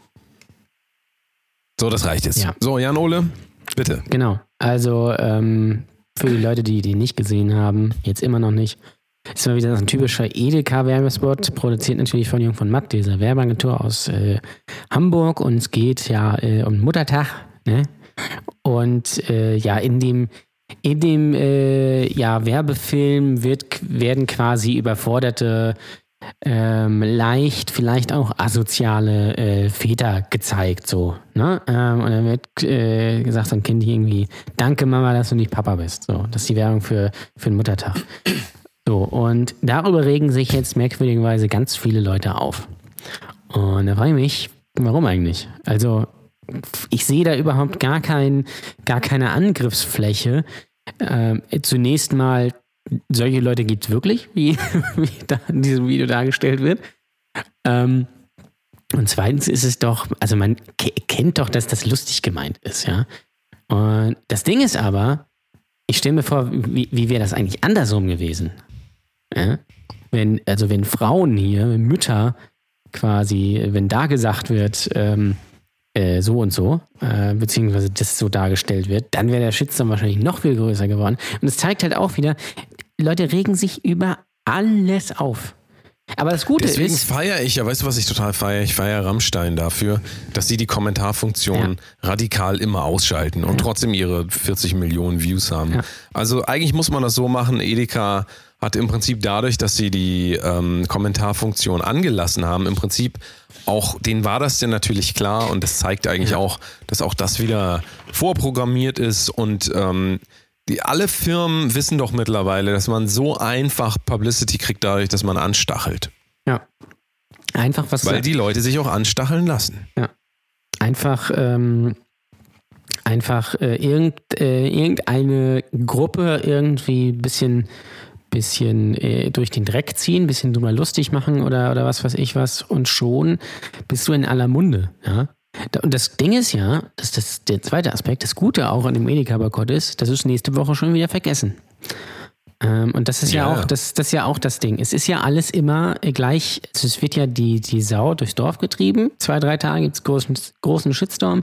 So, das reicht jetzt. Ja. So, Jan-Ole, bitte. Genau. Also ähm, für die Leute, die den nicht gesehen haben, jetzt immer noch nicht, ist mal wieder so ein typischer Edeka-Werbespot, produziert natürlich von Jung von Matt, dieser Werbeagentur aus äh, Hamburg, und es geht ja äh, um Muttertag, ne? Und äh, ja, in dem in dem äh, ja, Werbefilm wird, werden quasi überforderte, ähm, leicht, vielleicht auch asoziale äh, Väter gezeigt, so, ne? Ähm, und dann wird äh, gesagt, so ein Kind irgendwie, danke Mama, dass du nicht Papa bist, so. Das ist die Werbung für, für den Muttertag. So, und darüber regen sich jetzt merkwürdigerweise ganz viele Leute auf. Und da frage ich mich, warum eigentlich? Also, ich sehe da überhaupt gar, kein, gar keine Angriffsfläche. Ähm, zunächst mal, solche Leute gibt es wirklich, wie, wie da in diesem Video dargestellt wird. Ähm, und zweitens ist es doch, also man k- kennt doch, dass das lustig gemeint ist, ja. Und das Ding ist aber, ich stelle mir vor, wie, wie wäre das eigentlich andersrum gewesen? Ja? Wenn, also wenn Frauen hier, Mütter quasi, wenn da gesagt wird, ähm, äh, so und so, äh, beziehungsweise das so dargestellt wird, dann wäre der Shitstorm wahrscheinlich noch viel größer geworden. Und es zeigt halt auch wieder, Leute regen sich über alles auf. Aber das Gute Deswegen ist... feiere ich, ja, weißt du, was ich total feiere? Ich feiere Rammstein dafür, dass sie die Kommentarfunktion ja. radikal immer ausschalten und ja. trotzdem ihre vierzig Millionen Views haben. Ja. Also eigentlich muss man das so machen, Edeka hat im Prinzip dadurch, dass sie die ähm, Kommentarfunktion angelassen haben, im Prinzip auch, denen war das denn natürlich klar, und das zeigt eigentlich ja. auch, dass auch das wieder vorprogrammiert ist, und ähm, die, alle Firmen wissen doch mittlerweile, dass man so einfach Publicity kriegt dadurch, dass man anstachelt. Ja. Einfach was... Weil die Leute sich auch anstacheln lassen. Ja. Einfach... Ähm Einfach äh, irgend, äh, irgendeine Gruppe irgendwie ein bisschen, bisschen äh, durch den Dreck ziehen, ein bisschen drüber lustig machen oder, oder was weiß ich was, und schon bist du in aller Munde. Ja? Und das Ding ist ja, dass das der zweite Aspekt, das Gute auch an dem Edeka-Boykott ist, das ist nächste Woche schon wieder vergessen. Ähm, und das ist ja, ja auch das, das ist ja auch das Ding. Es ist ja alles immer gleich, es wird ja die, die Sau durchs Dorf getrieben. Zwei, drei Tage gibt es großen, großen Shitstorm.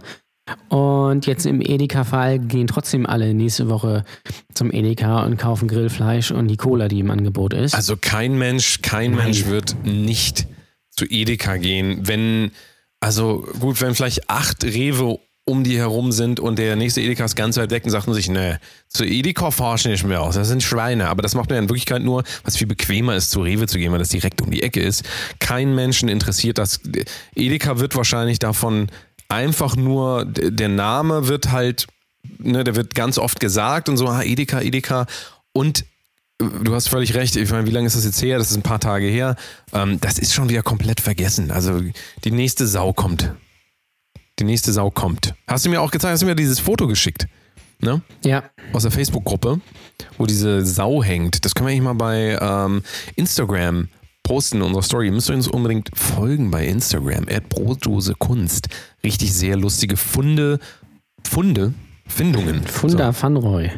Und jetzt im Edeka-Fall gehen trotzdem alle nächste Woche zum Edeka und kaufen Grillfleisch und die Cola, die im Angebot ist. Also kein Mensch, kein Nein. Mensch wird nicht zu Edeka gehen, wenn, also gut, wenn vielleicht acht Rewe um die herum sind und der nächste Edeka ist ganz weit weg, und sagt man sich, ne, zu Edeka fahr ich nicht mehr aus, das sind Schweine. Aber das macht man ja in Wirklichkeit nur, was viel bequemer ist, zu Rewe zu gehen, weil das direkt um die Ecke ist. Kein Menschen interessiert das. Edeka wird wahrscheinlich davon einfach nur, der Name wird halt, ne, der wird ganz oft gesagt und so, ah, Edeka, Edeka. Und du hast völlig recht, ich meine, wie lange ist das jetzt her? Das ist ein paar Tage her. Ähm, das ist schon wieder komplett vergessen. Also die nächste Sau kommt. Die nächste Sau kommt. Hast du mir auch gezeigt, hast du mir dieses Foto geschickt? Ne? Ja. Aus der Facebook-Gruppe, wo diese Sau hängt. Das können wir eigentlich mal bei ähm, Instagram posten in unserer Story. Ihr müsst uns unbedingt folgen bei Instagram, at Brotdose Kunst. Richtig sehr lustige Funde, Funde, Findungen. Funda so. van Roy.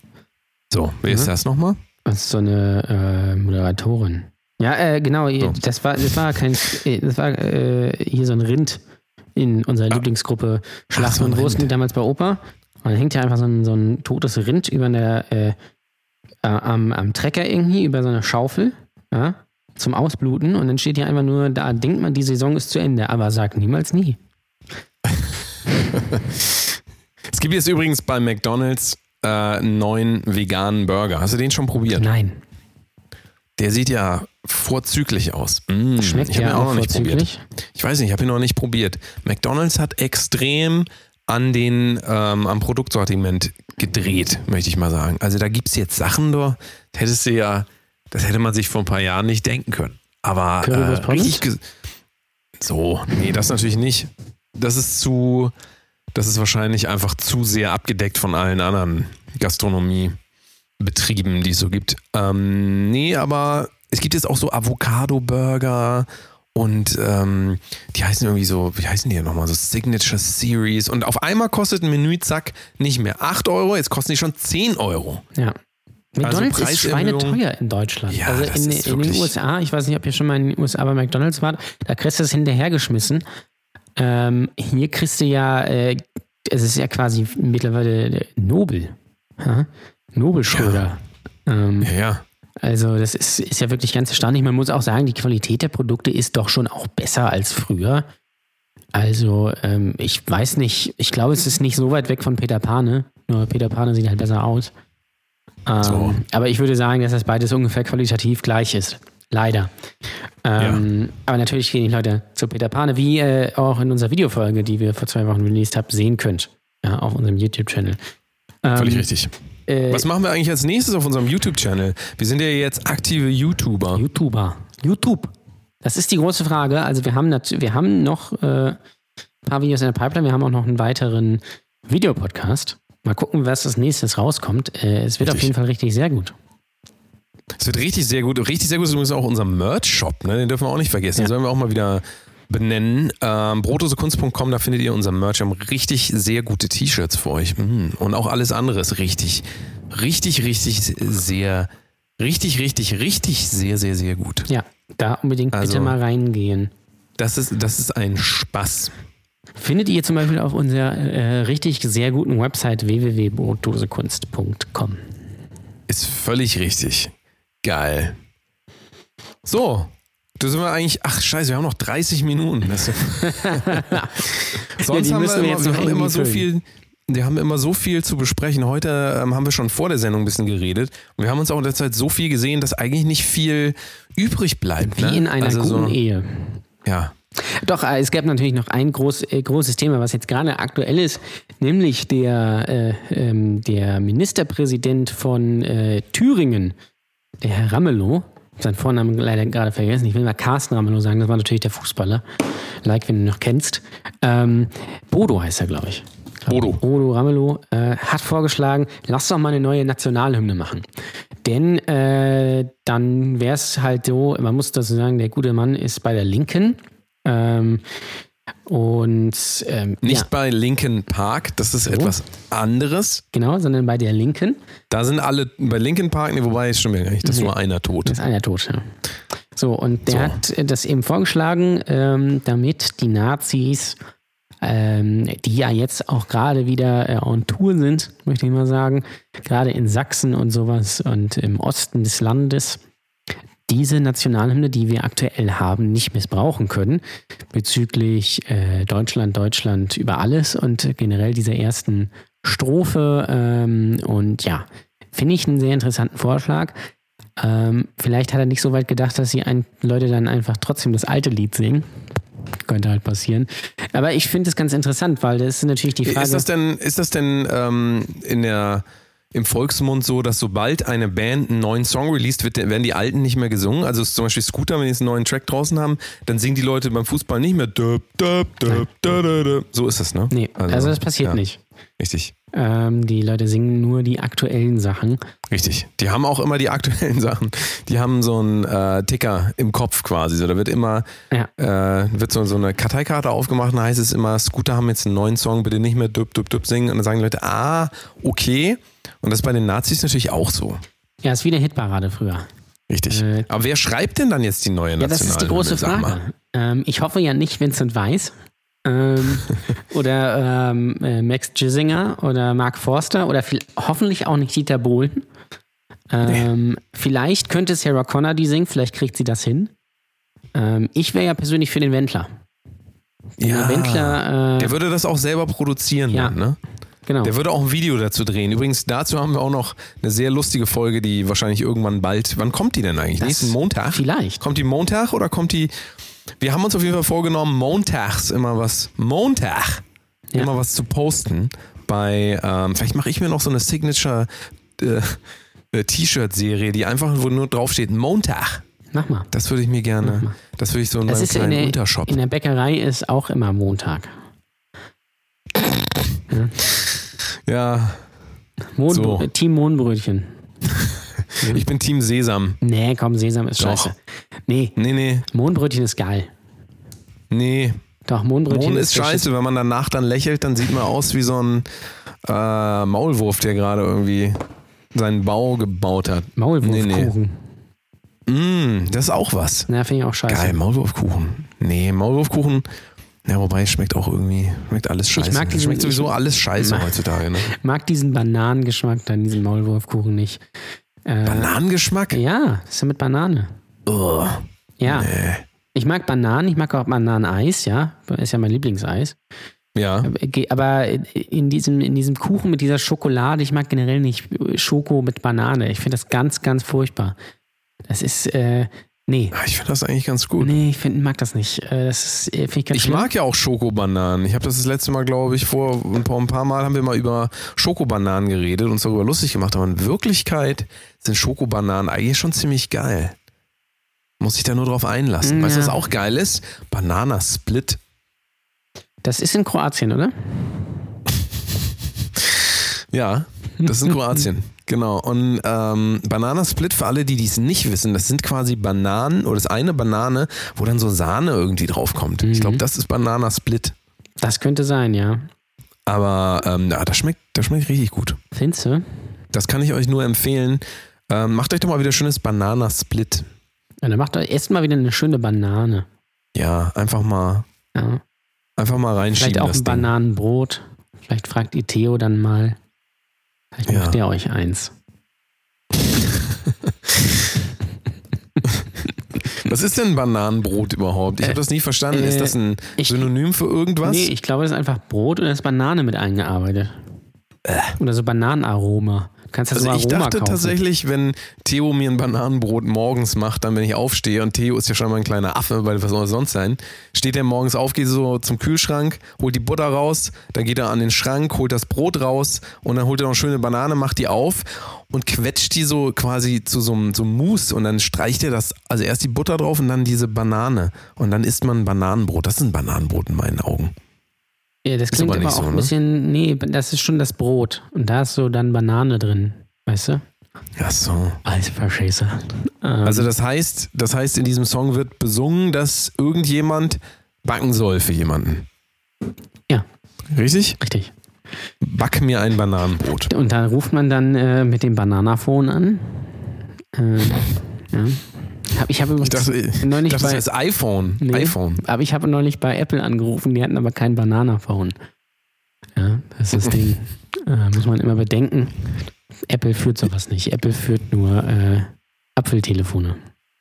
So, wer ist ja. das nochmal? Das ist so eine äh, Moderatorin. Ja, äh, genau, so. das war das war kein, das war äh, hier so ein Rind in unserer ah. Lieblingsgruppe Schlachten so und Wursten, damals bei Opa. Und dann hängt ja einfach so ein, so ein totes Rind über der, äh, äh, am, am Trecker irgendwie über so eine Schaufel, ja, zum Ausbluten und dann steht hier einfach nur, da denkt man, die Saison ist zu Ende, aber sagt niemals nie. Es gibt jetzt übrigens bei McDonald's äh, einen neuen veganen Burger. Hast du den schon probiert? Nein. Der sieht ja vorzüglich aus. Mm, Schmeckt ich habe ja ihn auch auch noch nicht vorzüglich. probiert. Ich weiß nicht, ich habe ihn noch nicht probiert. McDonald's hat extrem an den ähm, am Produktsortiment gedreht, möchte ich mal sagen. Also da gibt es jetzt Sachen, da hättest du ja, das hätte man sich vor ein paar Jahren nicht denken können. Aber äh, richtig ge- so, nee, das natürlich nicht. Das ist zu, das ist wahrscheinlich einfach zu sehr abgedeckt von allen anderen Gastronomiebetrieben, die es so gibt. Ähm, nee, aber es gibt jetzt auch so Avocado-Burger und ähm, die heißen irgendwie so, wie heißen die denn nochmal, so Signature Series und auf einmal kostet ein Menü, zack, nicht mehr acht Euro, jetzt kosten die schon zehn Euro. Ja. McDonald's also ist schweineteuer in Deutschland. Ja, also das in, ist in den wirklich- U S A, ich weiß nicht, ob ihr schon mal in den U S A bei McDonald's wart, da kriegst du es hinterhergeschmissen. Ähm, hier kriegst du ja, äh, es ist ja quasi mittlerweile Nobel. Ja? Nobel-Schröder. Ähm, Ja, ja. Also das ist, ist ja wirklich ganz erstaunlich. Man muss auch sagen, die Qualität der Produkte ist doch schon auch besser als früher. Also ähm, ich weiß nicht, ich glaube, es ist nicht so weit weg von Peter Pane. Nur Peter Pane sieht halt besser aus. Ähm, So. Aber ich würde sagen, dass das beides ungefähr qualitativ gleich ist. Leider. Ähm, Aber natürlich gehen die Leute zu Peter Pane, wie äh, auch in unserer Videofolge, die wir vor zwei Wochen released haben, sehen könnt. Ja, auf unserem YouTube-Channel. Völlig Ähm, richtig. Äh, Was machen wir eigentlich als nächstes auf unserem YouTube-Channel? Wir sind ja jetzt aktive YouTuber. YouTuber. YouTube. Das ist die große Frage. Also wir haben, nat- wir haben noch äh, ein paar Videos in der Pipeline. Wir haben auch noch einen weiteren Videopodcast. Mal gucken, was als nächstes rauskommt. Äh, es wird Richtig. auf jeden Fall richtig sehr gut. Es wird richtig sehr gut. Richtig sehr gut ist übrigens auch unser Merch-Shop. Ne? Den dürfen wir auch nicht vergessen. Den Ja. sollen wir auch mal wieder benennen. Ähm, brotosekunst punkt com, da findet ihr unser Merch. Wir haben richtig sehr gute T-Shirts für euch. Mm. Und auch alles andere ist richtig, richtig, richtig sehr, richtig, richtig, richtig sehr, sehr, sehr gut. Ja, da unbedingt Also- bitte mal reingehen. Das ist, das ist ein Spaß. Findet ihr zum Beispiel auf unserer äh, richtig sehr guten Website w w w punkt brotosekunst punkt com. Ist völlig richtig. Geil. So, da sind wir eigentlich, ach scheiße, wir haben noch dreißig Minuten. Das Sonst die haben wir, müssen wir immer, jetzt wir noch haben immer irgendwie so viel, wir haben immer so viel zu besprechen. Heute ähm, haben wir schon vor der Sendung ein bisschen geredet und wir haben uns auch in der Zeit so viel gesehen, dass eigentlich nicht viel übrig bleibt. Wie ne? in einer also guten so, Ehe. Ja, Doch, äh, es gab natürlich noch ein groß, äh, großes Thema, was jetzt gerade aktuell ist, nämlich der, äh, ähm, der Ministerpräsident von äh, Thüringen, der Herr Ramelow, seinen Vornamen leider gerade vergessen, ich will mal Carsten Ramelow sagen, das war natürlich der Fußballer, like, wenn du ihn noch kennst. Ähm, Bodo heißt er, glaube ich. Bodo. Bodo Ramelow äh, hat vorgeschlagen, lass doch mal eine neue Nationalhymne machen. Denn äh, dann wäre es halt so, man muss dazu sagen, der gute Mann ist bei der Linken. Ähm, und ähm, nicht ja, bei Linkin Park, das ist etwas anderes. genau, sondern bei der Linken. Da sind alle, bei Linkin Park, nee, wobei, es stimmt ja gar nicht, das ist Nee. nur einer tot. Das ist einer tot, ja. So, und der So. hat äh, das eben vorgeschlagen, ähm, damit die Nazis, ähm, die ja jetzt auch gerade wieder äh, on Tour sind, möchte ich mal sagen, gerade in Sachsen und sowas und im Osten des Landes, diese Nationalhymne, die wir aktuell haben, nicht missbrauchen können bezüglich äh, Deutschland, Deutschland über alles und generell dieser ersten Strophe. Ähm, und ja, finde ich einen sehr interessanten Vorschlag. Ähm, vielleicht hat er nicht so weit gedacht, dass die ein Leute dann einfach trotzdem das alte Lied singen. Könnte halt passieren. Aber ich finde es ganz interessant, weil das ist natürlich die Frage. Ist das denn, ist das denn ähm, in der, im Volksmund so, dass sobald eine Band einen neuen Song released wird, werden die alten nicht mehr gesungen? Also ist zum Beispiel Scooter, wenn die jetzt einen neuen Track draußen haben, dann singen die Leute beim Fußball nicht mehr döp, döp, döp, dö, dö, dö. So ist das, ne? Nee, also, das passiert ja, nicht. Richtig. Ähm, die Leute singen nur die aktuellen Sachen. Richtig. Die haben auch immer die aktuellen Sachen. Die haben so einen äh, Ticker im Kopf quasi. So, da wird immer Ja. äh, wird so, so eine Karteikarte aufgemacht und da heißt es immer, Scooter haben jetzt einen neuen Song, bitte nicht mehr düpp, düpp, düpp singen. Und dann sagen die Leute, ah, okay. Und das ist bei den Nazis natürlich auch so. Ja, ist wie eine Hitparade früher. Richtig. Äh, Aber wer schreibt denn dann jetzt die neue Ja, das ist die große Nationalhymne, sag mal? Frage. Ähm, ich hoffe ja nicht Vincent Weiss ähm, oder ähm, äh, Max Giesinger oder Mark Forster oder viel, hoffentlich auch nicht Dieter Bohlen. Ähm, nee. Vielleicht könnte Sarah Connor die singen, vielleicht kriegt sie das hin. Ähm, ich wäre ja persönlich für den Wendler. Ja, der Wendler, äh, der würde das auch selber produzieren, ja, dann, ne? Genau. Der würde auch ein Video dazu drehen. Übrigens, dazu haben wir auch noch eine sehr lustige Folge, die wahrscheinlich irgendwann bald. Wann kommt die denn eigentlich? Das Nächsten Montag? Vielleicht. Kommt die Montag oder kommt die. Wir haben uns auf jeden Fall vorgenommen, montags immer was. Montag! Ja. Immer was zu posten. Bei. Ähm, vielleicht mache ich mir noch so eine Signature äh, T-Shirt-Serie, die einfach, wo nur draufsteht, Montag. Mach mal. Das würde ich mir gerne. Das würde ich so in meinem kleinen in der, Untershop. In der Bäckerei ist auch immer Montag. Ja. Ja. Mohnbrö- so. Team Mohnbrötchen. Ich bin Team Sesam. Nee, komm, Sesam ist Doch. scheiße. Nee. Nee, nee. Mohnbrötchen ist geil. Nee. Doch, Mohnbrötchen Mohn ist, ist scheiße. Wenn man danach dann lächelt, dann sieht man aus wie so ein äh, Maulwurf, der gerade irgendwie seinen Bau gebaut hat. Maulwurfkuchen. Nee, nee. Mm, das ist auch was. Na, finde ich auch scheiße. Geil, Maulwurfkuchen. Nee, Maulwurfkuchen. Ja, wobei es schmeckt auch irgendwie, schmeckt alles scheiße. Ich mag diesen, es schmeckt sowieso alles scheiße mag, heutzutage. Ne? mag diesen Bananengeschmack dann, diesen Maulwurfkuchen nicht. Äh, Bananengeschmack? Ja, ist ja mit Banane. Oh, ja. Nee. Ich mag Bananen, ich mag auch Bananeneis, ja. Ist ja mein Lieblingseis. Ja. Aber in diesem, in diesem Kuchen mit dieser Schokolade, ich mag generell nicht Schoko mit Banane. Ich finde das ganz, ganz furchtbar. Das ist, äh, nee. Ich finde das eigentlich ganz gut. Nee, ich find, mag das nicht. Das ist, find ich ganz ich schlimm. mag ja auch Schokobananen. Ich habe das das letzte Mal, glaube ich, vor ein paar, ein paar Mal haben wir mal über Schokobananen geredet und uns darüber lustig gemacht. Aber in Wirklichkeit sind Schokobananen eigentlich schon ziemlich geil. Muss ich da nur drauf einlassen. Ja. Weißt du, was auch geil ist? Bananasplit. Das ist in Kroatien, oder? Ja, das ist in Kroatien. Genau. Und ähm, Bananasplit, für alle, die dies nicht wissen, das sind quasi Bananen oder das eine Banane, wo dann so Sahne irgendwie draufkommt. Mhm. Ich glaube, das ist Bananasplit. Das könnte sein, ja. Aber ähm, ja, das schmeckt, das schmeckt richtig gut. Findest du? Das kann ich euch nur empfehlen. Ähm, macht euch doch mal wieder schönes Bananasplit. Ja, dann macht euch erst mal wieder eine schöne Banane. Ja, einfach mal, ja. einfach mal reinschieben. Vielleicht auch das ein Ding. Bananenbrot. Vielleicht fragt ihr Theo dann mal. Vielleicht Ja. macht der euch eins. Was ist denn Bananenbrot überhaupt? Ich habe das nie verstanden. Äh, ist das ein ich, Synonym für irgendwas? Nee, ich glaube, das ist einfach Brot und da ist Banane mit eingearbeitet. Äh. Oder so Bananenaroma. Du kannst das Also so ich Aroma dachte kaufen. tatsächlich, wenn Theo mir ein Bananenbrot morgens macht, dann wenn ich aufstehe, und Theo ist ja schon mal ein kleiner Affe, weil was soll er sonst sein, steht er morgens auf, geht so zum Kühlschrank, holt die Butter raus, dann geht er an den Schrank, holt das Brot raus und dann holt er noch eine schöne Banane, macht die auf und quetscht die so quasi zu so einem, so einem Mousse und dann streicht er das, also erst die Butter drauf und dann diese Banane und dann isst man ein Bananenbrot. Das ist ein Bananenbrot in meinen Augen. Ja, das Ist klingt aber aber, nicht auch so, ein ne? bisschen, nee, das ist schon das Brot. Und da ist so dann Banane drin, weißt du? Ach so. Als Verscheißer. Ähm, Also das heißt, das heißt, in diesem Song wird besungen, dass irgendjemand backen soll für jemanden. Ja. Richtig? Richtig. Back mir ein Bananenbrot. Und da ruft man dann äh, mit dem Bananaphone an. Äh, ja. Hab, ich habe übrigens Ich dachte, neulich ich dachte bei, das heißt iPhone. Nee, iPhone. aber ich habe neulich bei Apple angerufen, die hatten aber kein Bananaphone. Ja, das ist das Ding. Äh, muss man immer bedenken. Apple führt sowas nicht. Apple führt nur äh, Apfeltelefone.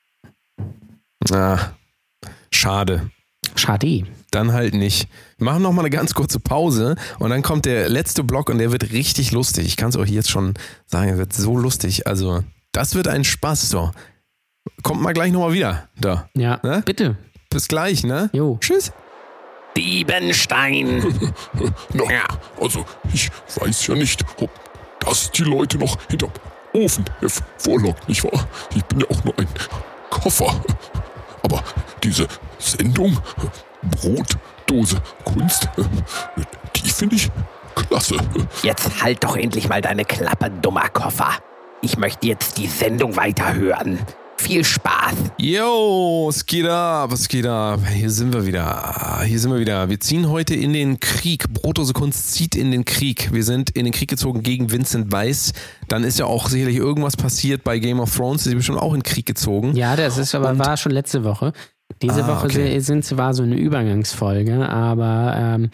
Ah, schade. Schade. Dann halt nicht. Wir machen noch mal eine ganz kurze Pause und dann kommt der letzte Block und der wird richtig lustig. Ich kann es euch jetzt schon sagen, er wird so lustig. Also, das wird ein Spaß. So. Kommt mal gleich nochmal wieder. Da. Ja, Ne? bitte. Bis gleich, ne? Jo. Tschüss. Diebenstein. Na, also ich weiß ja nicht, ob das die Leute noch hinterm Ofen hervorlockt, nicht wahr? Ich bin ja auch nur ein Koffer. Aber diese Sendung, Brotdose Kunst, die finde ich klasse. Jetzt halt doch endlich mal deine Klappe, dummer Koffer. Ich möchte jetzt die Sendung weiterhören. Viel Spaß. Yo, was geht ab? Was geht ab? Hier sind wir wieder. Hier sind wir wieder. Wir ziehen heute in den Krieg. Brotdose Kunst zieht in den Krieg. Wir sind in den Krieg gezogen gegen Vincent Weiss. Dann ist ja auch sicherlich irgendwas passiert bei Game of Thrones. Sie sind bestimmt auch in den Krieg gezogen. Ja, das ist aber Und- war schon letzte Woche. Diese Ah, Woche okay. sind, war so eine Übergangsfolge, aber ähm,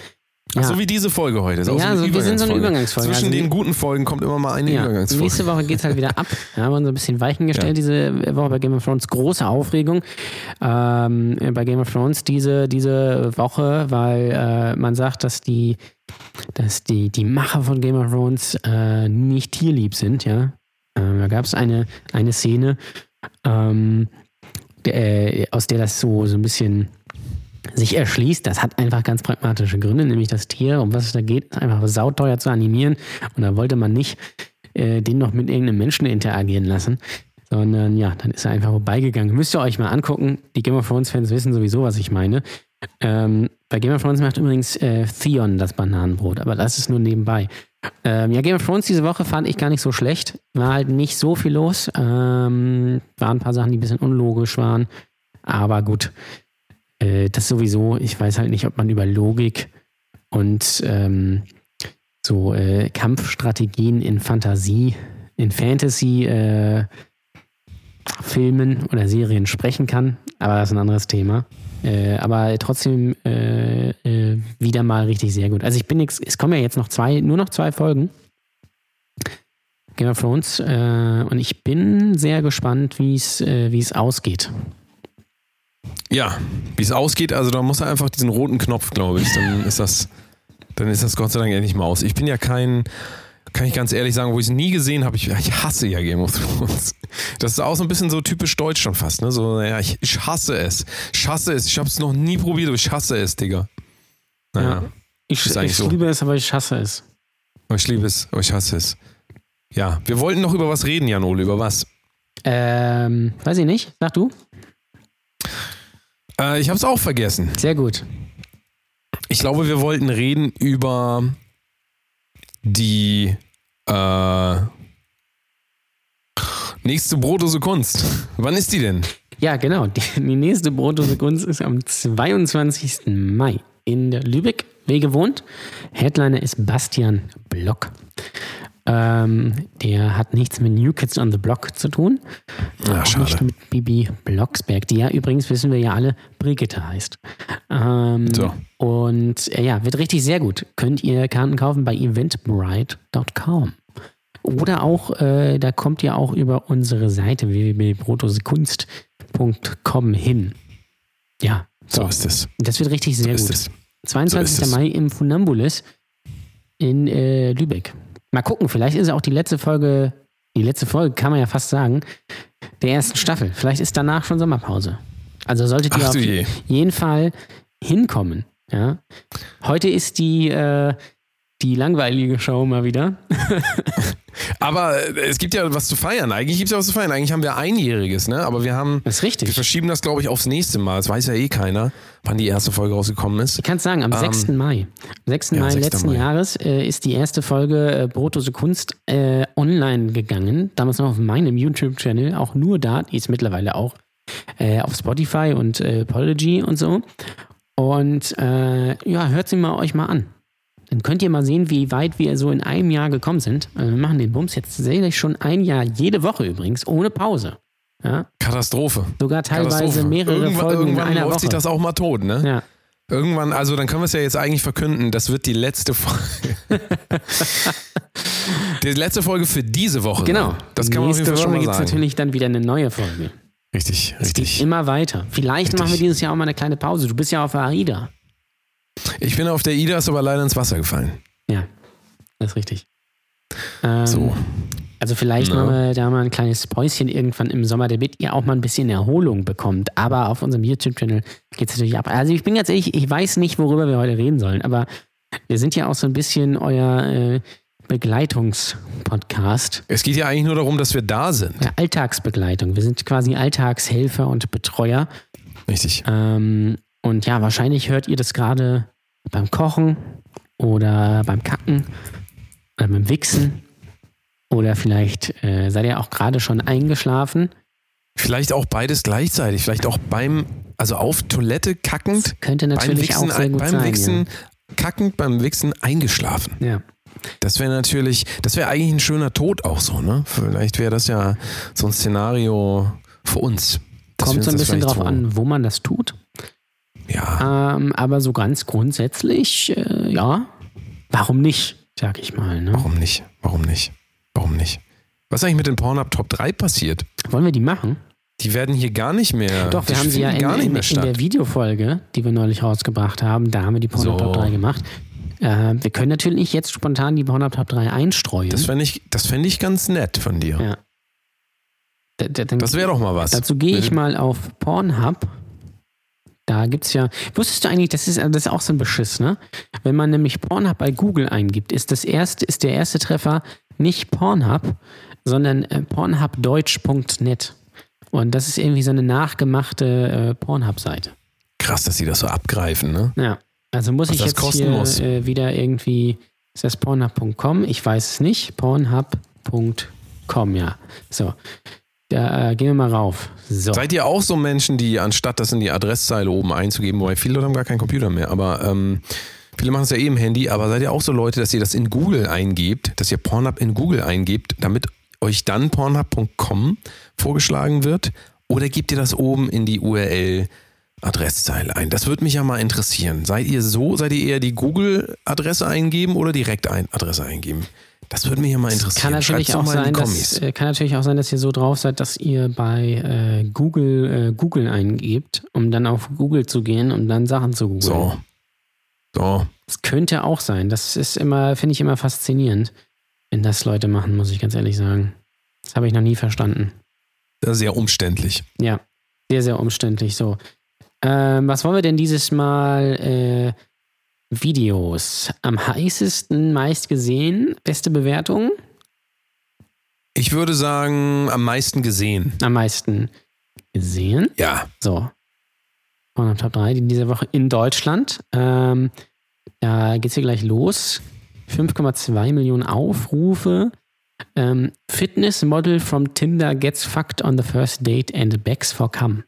Ach, Ja. so wie diese Folge heute. Ist auch Ja, so eine so, wir sind so eine Übergangsfolge. Übergangsfolge. Zwischen Also den wir- guten Folgen kommt immer mal eine Ja, Übergangsfolge. nächste Woche geht es halt wieder ab. Ja, haben wir uns ein bisschen Weichen gestellt Ja. diese Woche bei Game of Thrones. Große Aufregung ähm, bei Game of Thrones diese, diese Woche, weil äh, man sagt, dass die, dass die, die Macher von Game of Thrones äh, nicht tierlieb sind. Ja? Ähm, da gab es eine, eine Szene, ähm, der, äh, aus der das so, so ein bisschen sich erschließt. Das hat einfach ganz pragmatische Gründe, nämlich das Tier, um was es da geht, ist einfach sauteuer zu animieren und da wollte man nicht äh, den noch mit irgendeinem Menschen interagieren lassen, sondern ja, dann ist er einfach vorbeigegangen. Müsst ihr euch mal angucken. Die Game of Thrones Fans wissen sowieso, was ich meine. Ähm, bei Game of Thrones macht übrigens äh, Theon das Bananenbrot, aber das ist nur nebenbei. Ähm, ja, Game of Thrones diese Woche fand ich gar nicht so schlecht. War halt nicht so viel los. Ähm, waren ein paar Sachen, die ein bisschen unlogisch waren, aber gut. Das sowieso, ich weiß halt nicht, ob man über Logik und ähm, so äh, Kampfstrategien in Fantasie, in Fantasy äh, Filmen oder Serien sprechen kann, aber das ist ein anderes Thema. Äh, aber trotzdem äh, äh, wieder mal richtig sehr gut. Also ich bin jetzt, es kommen ja jetzt noch zwei, nur noch zwei Folgen Game of Thrones äh, und ich bin sehr gespannt, wie es äh, wie es ausgeht. Ja, wie es ausgeht, also da muss er einfach diesen roten Knopf, glaube ich, dann ist das, dann ist das Gott sei Dank endlich mal aus. Ich bin ja kein, kann ich ganz ehrlich sagen, wo ich es nie gesehen habe, ich, ich hasse ja Game of Thrones. Das ist auch so ein bisschen so typisch deutsch schon fast, ne? So, ja, ich, ich hasse es. Ich hasse es. Ich habe es noch nie probiert, aber ich hasse es, Digga. Naja, Ja. Ich, ist eigentlich ich so. liebe es, aber ich hasse es. Aber ich liebe es, aber ich hasse es. Ja, wir wollten noch über was reden, Jan Ole, über was? Ähm, weiß ich nicht. Sag du. Äh, ich habe es auch vergessen. Sehr gut. Ich glaube, wir wollten reden über die äh, nächste Brotdose Kunst. Wann ist die denn? Ja, genau. Die, die nächste Brotdose Kunst ist am zweiundzwanzigsten Mai in Lübeck, wie gewohnt. Headliner ist Bastian Block. Ähm, der hat nichts mit New Kids on the Block zu tun. Ja, auch schade. nicht mit Bibi Blocksberg, die ja übrigens, wissen wir ja alle, Brigitte heißt. Ähm, So. Und äh, ja, wird richtig sehr gut. Könnt ihr Karten kaufen bei eventbrite Punkt com. Oder auch, äh, da kommt ihr auch über unsere Seite w w w punkt brotosekunst Punkt com hin. Ja, So ist es. das wird richtig sehr So gut. ist es. zweiundzwanzigsten So ist es. Mai im Funambulis in äh, Lübeck. Mal gucken, vielleicht ist ja auch die letzte Folge, die letzte Folge kann man ja fast sagen, der ersten Staffel. Vielleicht ist danach schon Sommerpause. Also solltet ihr Ach auf du je. jeden Fall hinkommen. Ja? Heute ist die, äh, die langweilige Show mal wieder. Aber äh, es gibt ja was zu feiern. Eigentlich gibt es ja was zu feiern. Eigentlich haben wir Einjähriges, ne? Aber wir haben, Das ist wir richtig. verschieben das, glaube ich, aufs nächste Mal. Das weiß ja eh keiner, wann die erste Folge rausgekommen ist. Ich kann es sagen, am Ähm, sechsten Mai. Am sechsten ja, Mai sechster letzten Mai. Jahres äh, ist die erste Folge äh, Brotdose Kunst äh, online gegangen. Damals noch auf meinem YouTube-Channel. Auch nur da. Die ist mittlerweile auch äh, auf Spotify und äh, Podigy und so. Und äh, ja, hört sie mal euch mal an. Dann könnt ihr mal sehen, wie weit wir so in einem Jahr gekommen sind. Äh, wir machen den Bums jetzt tatsächlich schon ein Jahr, jede Woche übrigens, ohne Pause. Ja? Katastrophe. Sogar teilweise Katastrophe. mehrere irgendwann, Folgen irgendwann in einer läuft Woche. sich das auch mal tot, ne? Ja. Irgendwann, also dann können wir es ja jetzt eigentlich verkünden, das wird die letzte Folge. Die letzte Folge für diese Woche. Genau. sein. Das kann man auf jeden Nächste Fall schon Woche mal gibt es sagen. natürlich dann wieder eine neue Folge. Richtig, Es geht richtig. immer weiter. Vielleicht Richtig. machen wir dieses Jahr auch mal eine kleine Pause. Du bist ja auf der AIDA. Ich bin auf der Ida, ist aber leider ins Wasser gefallen. Ja, das ist richtig. Ähm, So. Also vielleicht Na. machen wir da mal ein kleines Päuschen irgendwann im Sommer, damit ihr auch mal ein bisschen Erholung bekommt. Aber auf unserem YouTube-Channel geht es natürlich ab. Also ich bin ganz ehrlich, ich weiß nicht, worüber wir heute reden sollen, aber wir sind ja auch so ein bisschen euer äh, Begleitungspodcast. Es geht ja eigentlich nur darum, dass wir da sind. Ja, Alltagsbegleitung. Wir sind quasi Alltagshelfer und Betreuer. Richtig. Ähm, und ja, wahrscheinlich hört ihr das gerade beim Kochen oder beim Kacken oder beim Wichsen. Oder vielleicht äh, seid ihr auch gerade schon eingeschlafen. Vielleicht auch beides gleichzeitig. Vielleicht auch beim, also auf Toilette kackend, Könnte beim natürlich Wichsen, auch sehr gut beim sein. Wichsen kackend, beim Wichsen eingeschlafen. Ja. Ja. Das wäre natürlich, das wäre eigentlich ein schöner Tod auch so, ne? Vielleicht wäre das ja so ein Szenario für uns. dass wir Kommt uns so ein das bisschen vielleicht drauf so- an, wo man das tut. Ja. Ähm, aber so ganz grundsätzlich, äh, ja, warum nicht, sag ich mal. Ne? Warum nicht? Warum nicht? Warum nicht? Was ist eigentlich mit den Pornhub Top drei passiert? Wollen wir die machen? Die werden hier gar nicht mehr. Doch, wir die haben sie ja in, gar nicht in, mehr in statt. der Videofolge, die wir neulich rausgebracht haben, da haben wir die Pornhub So. Top drei gemacht. Äh, wir können natürlich jetzt spontan die Pornhub Top drei einstreuen. Das fände ich, das fänd ich ganz nett von dir. Ja. Da, da, dann, Das wäre doch mal was. Dazu gehe ich mal auf Pornhub. Da gibt es ja. Wusstest du eigentlich, das ist, das ist auch so ein Beschiss, ne? Wenn man nämlich Pornhub bei Google eingibt, ist das erste, ist der erste Treffer nicht Pornhub, sondern äh, pornhubdeutsch punkt net. Und das ist irgendwie so eine nachgemachte äh, Pornhub-Seite. Krass, dass sie das so abgreifen, ne? Ja. Also muss Was ich das jetzt kosten hier muss. äh, wieder irgendwie. Ist das pornhub punkt com? Ich weiß es nicht. pornhub punkt com, ja. So. Da äh, gehen wir mal rauf. So. Seid ihr auch so Menschen, die anstatt das in die Adresszeile oben einzugeben, wobei viele Leute haben gar keinen Computer mehr, aber ähm, viele machen es ja eh im Handy, aber seid ihr auch so Leute, dass ihr das in Google eingebt, dass ihr Pornhub in Google eingebt, damit euch dann pornhub punkt com vorgeschlagen wird? Oder gebt ihr das oben in die U R L-Adresszeile ein? Das würde mich ja mal interessieren. Seid ihr so, seid ihr eher die Google-Adresse eingeben oder direkt ein Adresse eingeben? Das würde mich ja mal interessieren. Kann natürlich, Schreibt's doch auch mal in sein, die dass, Kommis. äh, kann natürlich auch sein, dass ihr so drauf seid, dass ihr bei äh, Google äh, Google eingebt, um dann auf Google zu gehen und dann Sachen zu googeln. So. So. Das könnte auch sein. Das ist immer, finde ich immer faszinierend, wenn das Leute machen, muss ich ganz ehrlich sagen. Das habe ich noch nie verstanden. Das ist sehr umständlich. Ja, sehr, sehr umständlich. So. Ähm, was wollen wir denn dieses Mal? Äh, Videos. Am heißesten, meist gesehen, beste Bewertung? Ich würde sagen, am meisten gesehen. Am meisten gesehen. Ja. So. Pornhub Top drei in dieser Woche in Deutschland. Ähm, da geht's hier gleich los. fünf Komma zwei Millionen Aufrufe. Ähm, Fitness-Model from Tinder gets fucked on the first date and begs for cum.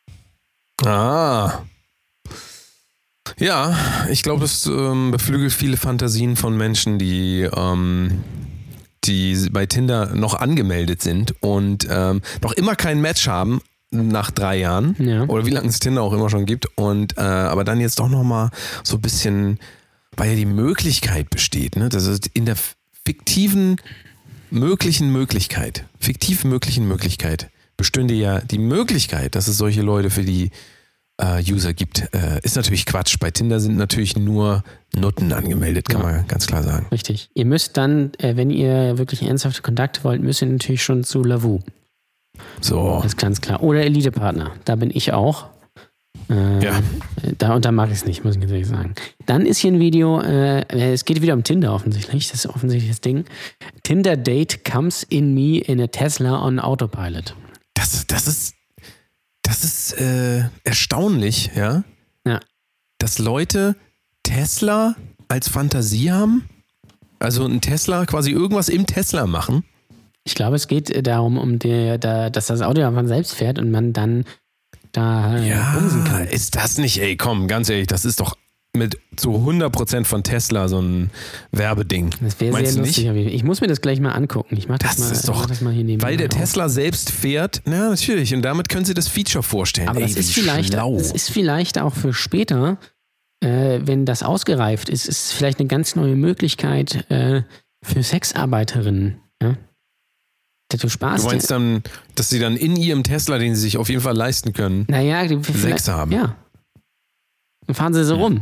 Ah. Ja, ich glaube, das ähm, beflügelt viele Fantasien von Menschen, die, ähm, die bei Tinder noch angemeldet sind und ähm, noch immer kein Match haben nach drei Jahren Ja. oder wie lange es Tinder auch immer schon gibt und äh, aber dann jetzt doch nochmal so ein bisschen, weil ja die Möglichkeit besteht, ne, dass es in der fiktiven möglichen Möglichkeit, fiktiv möglichen Möglichkeit bestünde ja die Möglichkeit, dass es solche Leute für die Uh, User gibt, uh, ist natürlich Quatsch. Bei Tinder sind natürlich nur Nutten angemeldet, kann Ja. man ganz klar sagen. Richtig. Ihr müsst dann, äh, wenn ihr wirklich ernsthafte Kontakte wollt, müsst ihr natürlich schon zu Lavu. So. Das ist ganz klar. Oder Elite-Partner. Da bin ich auch. Äh, Ja. Da, und da mag ich es nicht, muss ich ganz ehrlich sagen. Dann ist hier ein Video, äh, es geht wieder um Tinder offensichtlich. Das ist offensichtlich das Ding. Tinder Date comes in me in a Tesla on Autopilot. Das, das ist, das ist äh, erstaunlich, ja, Ja. dass Leute Tesla als Fantasie haben. Also ein Tesla, quasi irgendwas im Tesla machen. Ich glaube, es geht darum, um die, da, dass das Auto von selbst fährt und man dann da äh, bumsen Ja, kann. ist das nicht, ey, komm, ganz ehrlich, das ist doch mit zu hundert Prozent von Tesla so ein Werbeding. Das wäre Meinst sehr du lustig. nicht? auf jeden Fall. Ich muss mir das gleich mal angucken. Ich mach das, Das mal, ist ich doch, mach das mal hier nebenbei weil der auf. Tesla selbst fährt, na natürlich, und damit können sie das Feature vorstellen. Aber Ey, das ist wie vielleicht, schlau. das ist vielleicht auch für später, äh, wenn das ausgereift ist, ist vielleicht eine ganz neue Möglichkeit äh, für Sexarbeiterinnen. Ja? Du sparst Du meinst dir, dann, dass sie dann in ihrem Tesla, den sie sich auf jeden Fall leisten können, naja, die- vielleicht- Sex haben? Ja. Dann fahren sie so rum.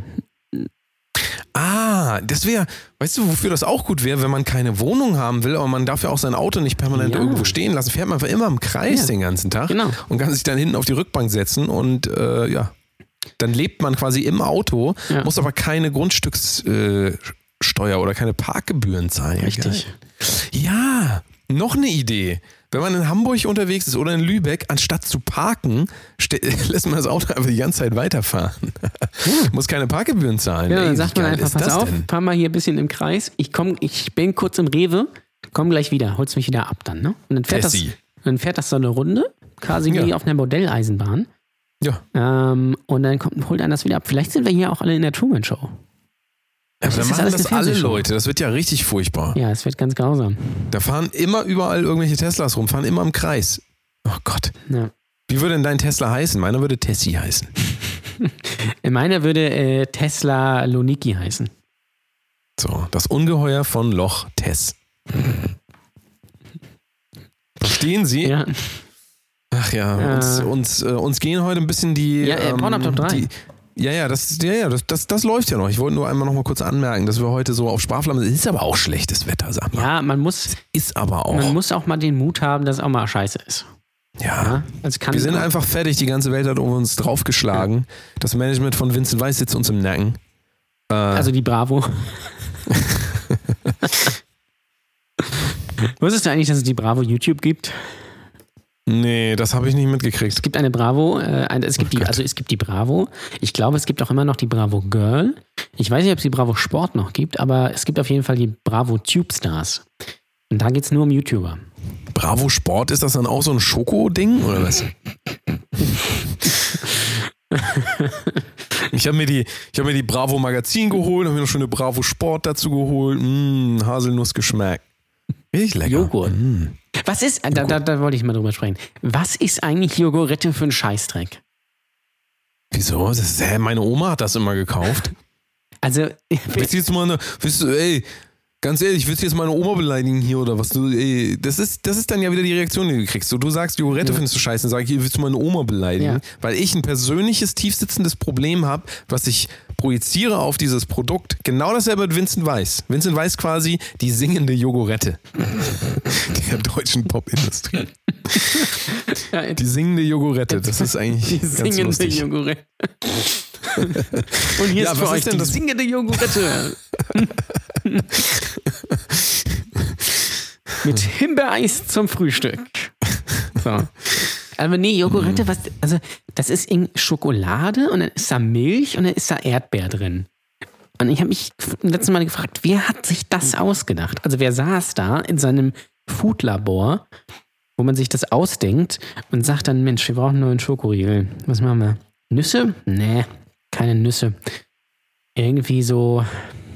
Ah, das wäre, weißt du, wofür das auch gut wäre, wenn man keine Wohnung haben will, aber man darf ja auch sein Auto nicht permanent Ja. irgendwo stehen lassen, fährt man einfach immer im Kreis Ja. den ganzen Tag Genau. und kann sich dann hinten auf die Rückbank setzen und äh, ja, dann lebt man quasi im Auto, Ja. muss aber keine Grundstückssteuer äh, Steuer oder keine Parkgebühren zahlen. Ja, Richtig. geil. Ja, noch eine Idee. Wenn man in Hamburg unterwegs ist oder in Lübeck, anstatt zu parken, ste- lässt man das Auto einfach die ganze Zeit weiterfahren. Muss keine Parkgebühren zahlen. Ja, Ey, dann wie sagt man geil einfach, ist pass das auf, denn? fahr mal hier ein bisschen im Kreis. Ich komm, ich bin kurz im Rewe, komm gleich wieder, holst mich wieder ab dann, ne? Und dann fährt, das, Tessi. dann fährt das so eine Runde, quasi wie Ja. auf einer Modelleisenbahn. Ja. Ähm, und dann kommt, holt einen das wieder ab. Vielleicht sind wir hier auch alle in der Truman Show. Aber Das dann ist machen alles das eine alle Fernsehshow. Leute. Das wird ja richtig furchtbar. Ja, es wird ganz grausam. Da fahren immer überall irgendwelche Teslas rum, fahren immer im Kreis. Oh Gott. Ja. Wie würde denn dein Tesla heißen? Meiner würde Tessie heißen. Meiner würde äh, Tesla Loniki heißen. So, das Ungeheuer von Loch Tess. Verstehen Sie? Ja. Ach ja, Äh. uns, uns, äh, uns gehen heute ein bisschen die... Ja, äh, Pornhub Top drei. Die, ja, ja, das, ja, ja das, das, das läuft ja noch. Ich wollte nur einmal noch mal kurz anmerken, dass wir heute so auf Sparflamme sind. Es ist aber auch schlechtes Wetter, sag mal. Ja, man muss, Ist aber auch. man muss auch mal den Mut haben, dass es auch mal scheiße ist. ja. Ja? Also kann Wir sind einfach fertig. Die ganze Welt hat auf uns draufgeschlagen. Das Management von Vincent Weiss sitzt uns im Nacken. Äh, Also die Bravo. Wusstest du eigentlich, dass es die Bravo YouTube gibt? nee, das habe ich nicht mitgekriegt. Es gibt eine Bravo, äh, ein, es gibt Oh die, Gott. also es gibt die Bravo. Ich glaube, es gibt auch immer noch die Bravo Girl. Ich weiß nicht, ob es die Bravo Sport noch gibt, aber es gibt auf jeden Fall die Bravo Tube Stars. Und da geht es nur um YouTuber. Bravo Sport, ist das dann auch so ein Schoko-Ding oder was? Ich habe mir, die- ich hab mir die Bravo Magazin geholt, habe mir noch schon eine Bravo Sport dazu geholt. Mmh, Haselnussgeschmack. Richtig lecker. Joghurt. Mm. Was ist, da, da, da wollte ich mal drüber sprechen. Was ist eigentlich Jogurette für ein Scheißdreck? Wieso? Das ist, hä, meine Oma hat das immer gekauft. Also, Willst du jetzt mal eine, willst du, ey, ganz ehrlich, willst du jetzt meine Oma beleidigen hier oder was? Du, ey, das ist, das ist dann ja wieder die Reaktion, die du kriegst. So, du sagst, Jogurette Ja. findest du scheiße, dann sag ich, willst du meine Oma beleidigen? Ja. Weil ich ein persönliches, tiefsitzendes Problem habe, was ich projiziere auf dieses Produkt. Genau dasselbe mit Vincent Weiss. Vincent Weiss quasi die singende Jogurette der deutschen Popindustrie. Die singende Jogurette, das ist eigentlich die ganz singende lustig. Jogurette. Und hier Ja, ist für was euch ist denn die das- singende Jogurette. Mit Himbeereis zum Frühstück. So. Aber nee, Jogurette, was, also das ist in Schokolade und dann ist da Milch und dann ist da Erdbeer drin. Und ich habe mich letztes Mal gefragt, wer hat sich das ausgedacht? Also wer saß da in seinem Foodlabor, wo man sich das ausdenkt und sagt dann, Mensch, wir brauchen nur einen Schokoriegel. Was machen wir? Nüsse? Nee, keine Nüsse. Irgendwie so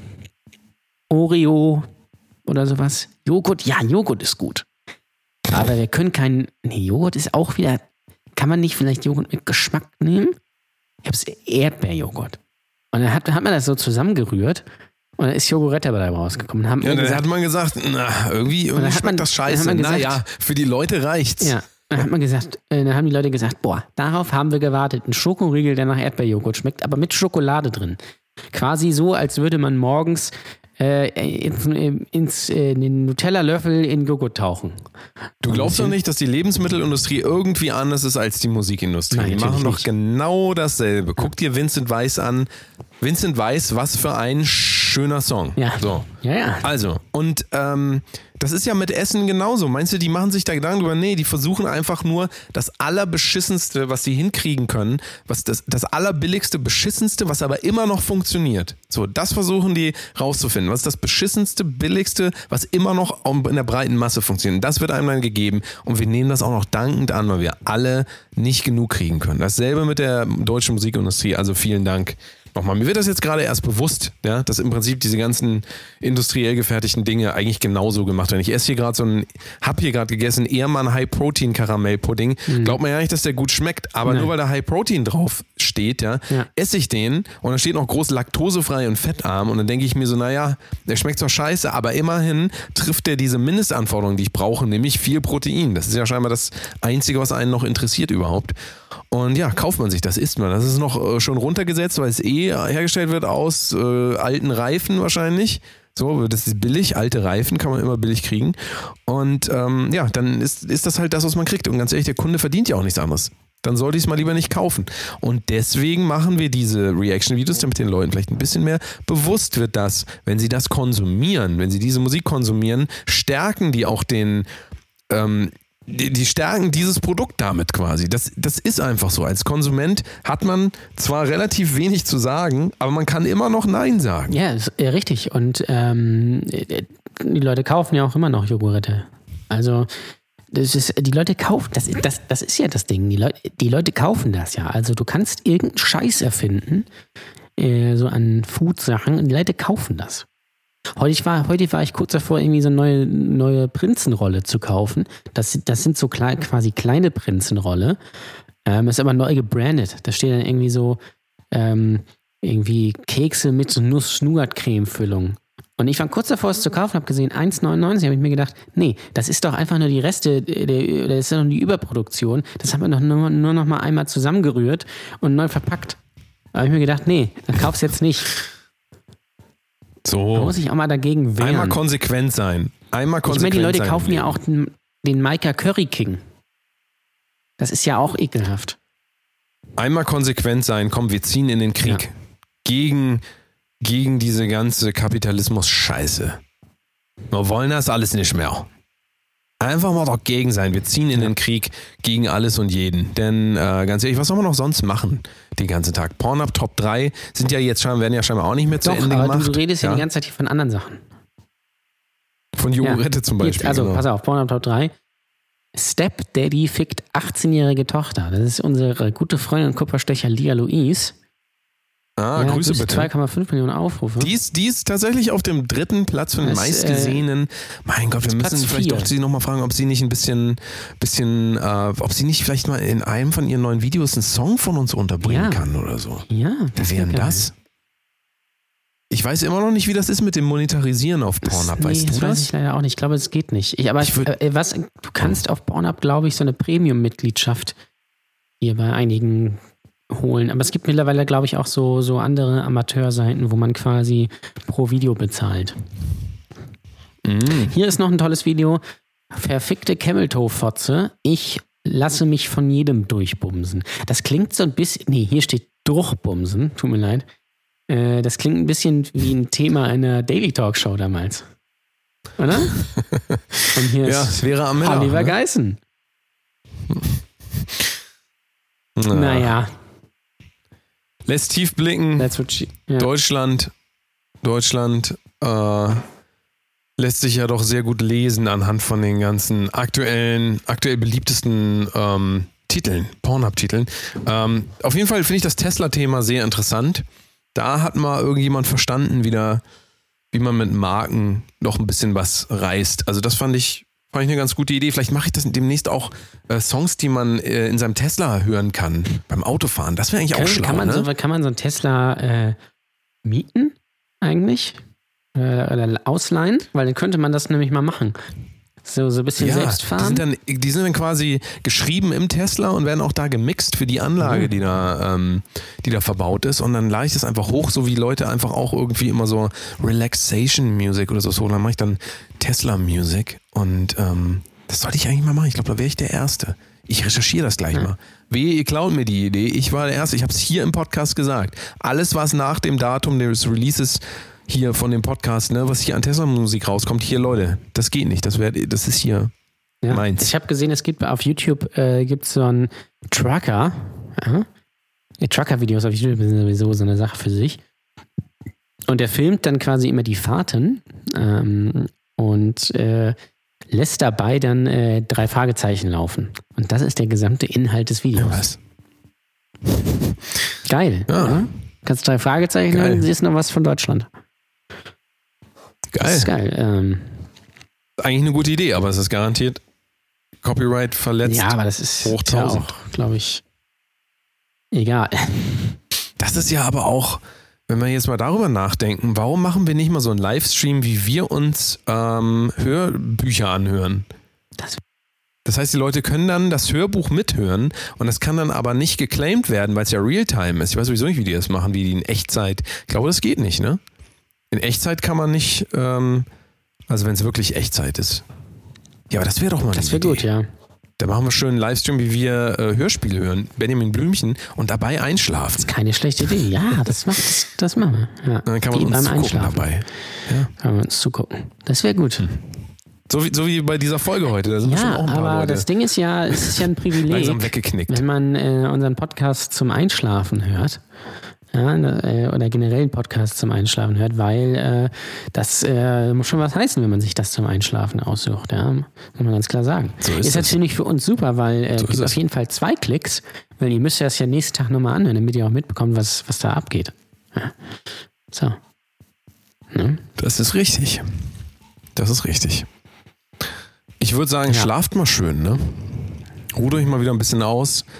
Oreo oder sowas. Joghurt? Ja, Joghurt ist gut. Aber wir können keinen. Nee, Joghurt ist auch wieder. Kann man nicht vielleicht Joghurt mit Geschmack nehmen? Ich hab's Erdbeerjoghurt. Und dann hat, hat man das so zusammengerührt und dann ist Jogurette dabei rausgekommen. Dann haben Ja, wir dann gesagt, hat man gesagt, na, irgendwie, dann irgendwie hat schmeckt man- das dann hat scheiße. man gesagt- Naja, für die Leute reicht's. ja, dann hat man gesagt, äh, dann haben die Leute gesagt, boah, darauf haben wir gewartet. Ein Schokoriegel, der nach Erdbeerjoghurt schmeckt, aber mit Schokolade drin. Quasi so, als würde man morgens äh, ins, ins äh, den Nutella-Löffel in Joghurt tauchen. Du glaubst doch nicht, dass die Lebensmittelindustrie irgendwie anders ist als die Musikindustrie. Nein, die machen natürlich doch nicht. genau dasselbe. Guck dir Vincent Weiss an. Vincent Weiss, was für ein schöner Song. Ja. So. Ja, ja. Also, und ähm, das ist ja mit Essen genauso. Meinst du, die machen sich da Gedanken drüber? Nee, die versuchen einfach nur das Allerbeschissenste, was sie hinkriegen können, was das, das Allerbilligste, Beschissenste, was aber immer noch funktioniert. So, das versuchen die rauszufinden. Was ist das Beschissenste, Billigste, was immer noch in der breiten Masse funktioniert? Das wird einem dann gegeben und wir nehmen das auch noch dankend an, weil wir alle nicht genug kriegen können. Dasselbe mit der deutschen Musikindustrie, also vielen Dank. Nochmal, mir wird das jetzt gerade erst bewusst, ja, dass im Prinzip diese ganzen industriell gefertigten Dinge eigentlich genauso gemacht werden. Ich esse hier gerade so einen, hab hier gerade gegessen, Ehrmann High Protein Karamellpudding. Mhm. Glaubt man ja nicht, dass der gut schmeckt, aber Nein. nur weil da High Protein drauf steht, ja, Ja. esse ich den und da steht noch groß laktosefrei und fettarm und dann denke ich mir so, naja, der schmeckt zwar scheiße, aber immerhin trifft der diese Mindestanforderungen, die ich brauche, nämlich viel Protein. Das ist ja scheinbar das Einzige, was einen noch interessiert überhaupt. Und ja, kauft man sich das, isst man. Das ist noch äh, schon runtergesetzt, weil es eh hergestellt wird aus äh, alten Reifen wahrscheinlich. So, das ist billig, alte Reifen kann man immer billig kriegen. Und ähm, ja, dann ist, ist das halt das, was man kriegt. Und ganz ehrlich, der Kunde verdient ja auch nichts anderes. Dann sollte ich es mal lieber nicht kaufen. Und deswegen machen wir diese Reaction-Videos, damit den Leuten vielleicht ein bisschen mehr bewusst wird, dass, wenn sie das konsumieren, wenn sie diese Musik konsumieren, stärken die auch den, ähm, die, die stärken dieses Produkt damit quasi. Das, das ist einfach so. Als Konsument hat man zwar relativ wenig zu sagen, aber man kann immer noch Nein sagen. Ja, ist, äh, richtig. Und ähm, äh, die Leute kaufen ja auch immer noch Jogurette. Also das ist, die Leute kaufen, das, das, das ist ja das Ding. Die Leute, die Leute kaufen das ja. Also du kannst irgendeinen Scheiß erfinden, äh, so an Food-Sachen, und die Leute kaufen das. Heute war, heute war ich kurz davor, irgendwie so eine neue, neue Prinzenrolle zu kaufen. Das, das sind so klein, quasi kleine Prinzenrolle. Ähm, ist aber neu gebrandet. Da steht dann irgendwie so ähm, irgendwie Kekse mit so Nuss-Nougat-Creme-Füllung. Und ich war kurz davor, es zu kaufen, habe gesehen, eins neunundneunzig, habe ich mir gedacht, nee, das ist doch einfach nur die Reste, der, das ist ja noch die Überproduktion. Das haben wir doch nur, nur noch mal einmal zusammengerührt und neu verpackt. Da habe ich mir gedacht, nee, dann kauf's jetzt nicht. So. Da muss ich auch mal dagegen wehren. Einmal konsequent sein. Einmal konsequent sein. Ich meine, die Leute kaufen ja auch den, den Maika Curry King. Das ist ja auch ekelhaft. Einmal konsequent sein. Komm, wir ziehen in den Krieg. Ja. Gegen, gegen diese ganze Kapitalismus-Scheiße. Wir wollen das alles nicht mehr. Einfach mal dagegen sein. Wir ziehen in den Krieg gegen alles und jeden. Denn äh, ganz ehrlich, was soll man noch sonst machen den ganzen Tag? Pornhub Top drei sind ja jetzt schon, werden ja scheinbar auch nicht mehr zu Doch, Ende aber gemacht. Du, du redest ja. ja die ganze Zeit hier von anderen Sachen. Von Jogurette ja. zum Beispiel. Jetzt, also genau. pass auf, Pornhub Top drei. Step Daddy fickt achtzehnjährige Tochter. Das ist unsere gute Freundin und Kupferstecher Lia Louise. Ah, ja, Grüße bitte. zwei Komma fünf Millionen Aufrufe. Die ist, die ist tatsächlich auf dem dritten Platz von den das, meistgesehenen. Äh, mein Gott, wir müssen Platz vielleicht vier. doch sie nochmal fragen, ob sie nicht ein bisschen, bisschen äh, ob sie nicht vielleicht mal in einem von ihren neuen Videos einen Song von uns unterbringen ja. kann oder so. Ja. Wer wäre denn das? Ich weiß immer noch nicht, wie das ist mit dem Monetarisieren auf Pornhub. Das, weißt nee, du das? das? weiß ich leider auch nicht. Ich glaube, es geht nicht. Ich, aber ich würd, äh, was, du kannst auf Pornhub, glaube ich, so eine Premium-Mitgliedschaft hier bei einigen holen. Aber es gibt mittlerweile, glaube ich, auch so, so andere Amateurseiten, wo man quasi pro Video bezahlt. Mm. Hier ist noch ein tolles Video. Verfickte Camel-Toe-Fotze. Ich lasse mich von jedem durchbumsen. Das klingt so ein bisschen... Nee, hier steht durchbumsen. Tut mir leid. Äh, das klingt ein bisschen wie ein Thema einer Daily Talk Show damals. Oder? Und hier ja, ist es wäre am Mittag, Oliver ne? Geißen. Na. Naja. Lässt tief blicken. That's what she, ja. Deutschland, Deutschland äh, lässt sich ja doch sehr gut lesen anhand von den ganzen aktuellen, aktuell beliebtesten ähm, Titeln, Pornhub-Titeln. Ähm, auf jeden Fall finde ich das Tesla-Thema sehr interessant. Da hat mal irgendjemand verstanden wieder, wie man mit Marken noch ein bisschen was reißt. Also das fand ich, fand ich eine ganz gute Idee. Vielleicht mache ich das demnächst auch äh, Songs, die man äh, in seinem Tesla hören kann beim Autofahren. Das wäre eigentlich kann, auch schlau, kann man, ne? so, kann man so einen Tesla äh, mieten eigentlich? Äh, oder ausleihen? Weil dann könnte man das nämlich mal machen. So, so ein bisschen ja, selbst fahren. Die sind, dann, die sind dann quasi geschrieben im Tesla und werden auch da gemixt für die Anlage, Mhm. die da, ähm, die da verbaut ist. Und dann lade ich das einfach hoch, so wie Leute einfach auch irgendwie immer so Relaxation Music oder so. so. Dann mache ich dann Tesla Music und ähm, das sollte ich eigentlich mal machen. Ich glaube, da wäre ich der Erste. Ich recherchiere das gleich Ja. mal. Wehe, ihr klaut mir die Idee. Ich war der Erste. Ich habe es hier im Podcast gesagt. Alles, was nach dem Datum des Releases hier von dem Podcast, ne, was hier an Tesla-Musik rauskommt, hier, Leute, das geht nicht. Das, wär, das ist hier Ja. meins. Ich habe gesehen, es gibt auf YouTube äh, gibt's so einen Trucker. Ja? Die Trucker-Videos auf YouTube sind sowieso so eine Sache für sich. Und der filmt dann quasi immer die Fahrten ähm, und äh, lässt dabei dann äh, drei Fragezeichen laufen. Und das ist der gesamte Inhalt des Videos. Ja, was? Geil. Ja. Oder? Kannst drei Fragezeichen Geil. hören, siehst noch was von Deutschland. Geil. Das ist geil. Ähm, Eigentlich eine gute Idee, aber es ist garantiert Copyright verletzt. ja, aber das ist hoch ja tausend. auch, glaube ich, egal. Das ist ja aber auch, wenn wir jetzt mal darüber nachdenken, warum machen wir nicht mal so einen Livestream, wie wir uns ähm, Hörbücher anhören? Das Das heißt, die Leute können dann das Hörbuch mithören und das kann dann aber nicht geclaimed werden, weil es ja Realtime ist. Ich weiß sowieso nicht, wie die das machen, wie die in Echtzeit. Ich glaube, das geht nicht, ne? In Echtzeit kann man nicht, ähm, also wenn es wirklich Echtzeit ist. Ja, aber das wäre doch mal Das eine wäre Idee. gut, ja. Da machen wir schön einen Livestream, wie wir äh, Hörspiele hören. Benjamin Blümchen und dabei einschlafen. Keine schlechte Idee. Ja, das, macht, das, das machen wir. Ja. Dann kann man Die uns beim zugucken Einschlafen. dabei. Ja. Kann man uns zugucken. Das wäre gut. So, wie, so wie bei dieser Folge heute. Da sind schon Ja, auch ein paar aber Leute das Ding ist ja, es ist ja ein Privileg, langsam weggeknickt. wenn man äh, unseren Podcast zum Einschlafen hört. Ja, äh, oder generell einen Podcast zum Einschlafen hört, weil äh, das äh, muss schon was heißen, wenn man sich das zum Einschlafen aussucht. Ja? Muss man ganz klar sagen. So ist ist es. natürlich für uns super, weil äh, So gibt ist auf es. jeden Fall zwei Klicks, weil ihr müsst ja das ja nächsten Tag nochmal anhören, damit ihr auch mitbekommt, was, was da abgeht. Ja. So. Ne? Das ist richtig. Das ist richtig. Ich würde sagen, Ja. schlaft mal schön, ne? Ruht euch mal wieder ein bisschen aus.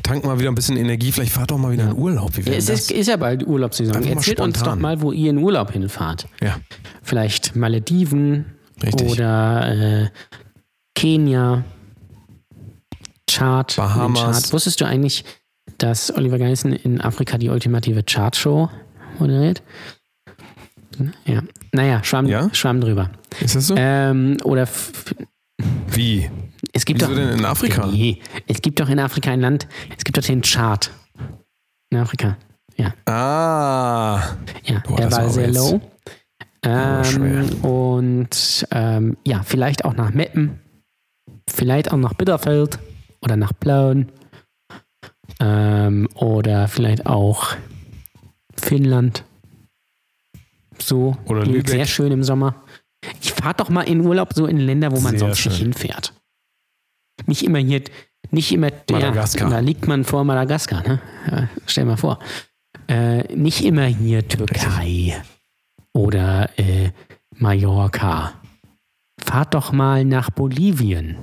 tank mal wieder ein bisschen Energie, vielleicht fahrt doch mal wieder in Urlaub. Wie Ja, es ist, ist ja bald Urlaubssaison. Einfach mal Erzählt uns spontan. doch mal, wo ihr in Urlaub hinfahrt. Ja. Vielleicht Malediven Richtig. oder äh, Kenia, Chart, Bahamas. den Chart. Wusstest du eigentlich, dass Oliver Geißen in Afrika die ultimative Chartshow moderiert? Ja. Naja, Schwamm, Ja? Schwamm drüber. Ist das so? Ähm, oder f- Wie? es gibt Wieso doch denn in Afrika? Nee, es gibt doch in Afrika ein Land, es gibt doch den Chart. In Afrika. Ja. Ah. Ja, Boah, der das war war sehr aber jetzt- low. war schwer. Ähm, und ähm, ja, vielleicht auch nach Meppen, vielleicht auch nach Bitterfeld oder nach Plauen ähm, oder vielleicht auch Finnland. So, Oder klingt Lübeck. sehr schön im Sommer. Ich fahre doch mal in Urlaub so in Länder, wo man Sehr sonst nicht schön. hinfährt. Nicht immer hier, nicht immer der, Madagaskar. da liegt man vor Madagaskar, ne? Ja, stell mal vor. Äh, nicht immer hier Türkei oder äh, Mallorca. Fahrt doch mal nach Bolivien.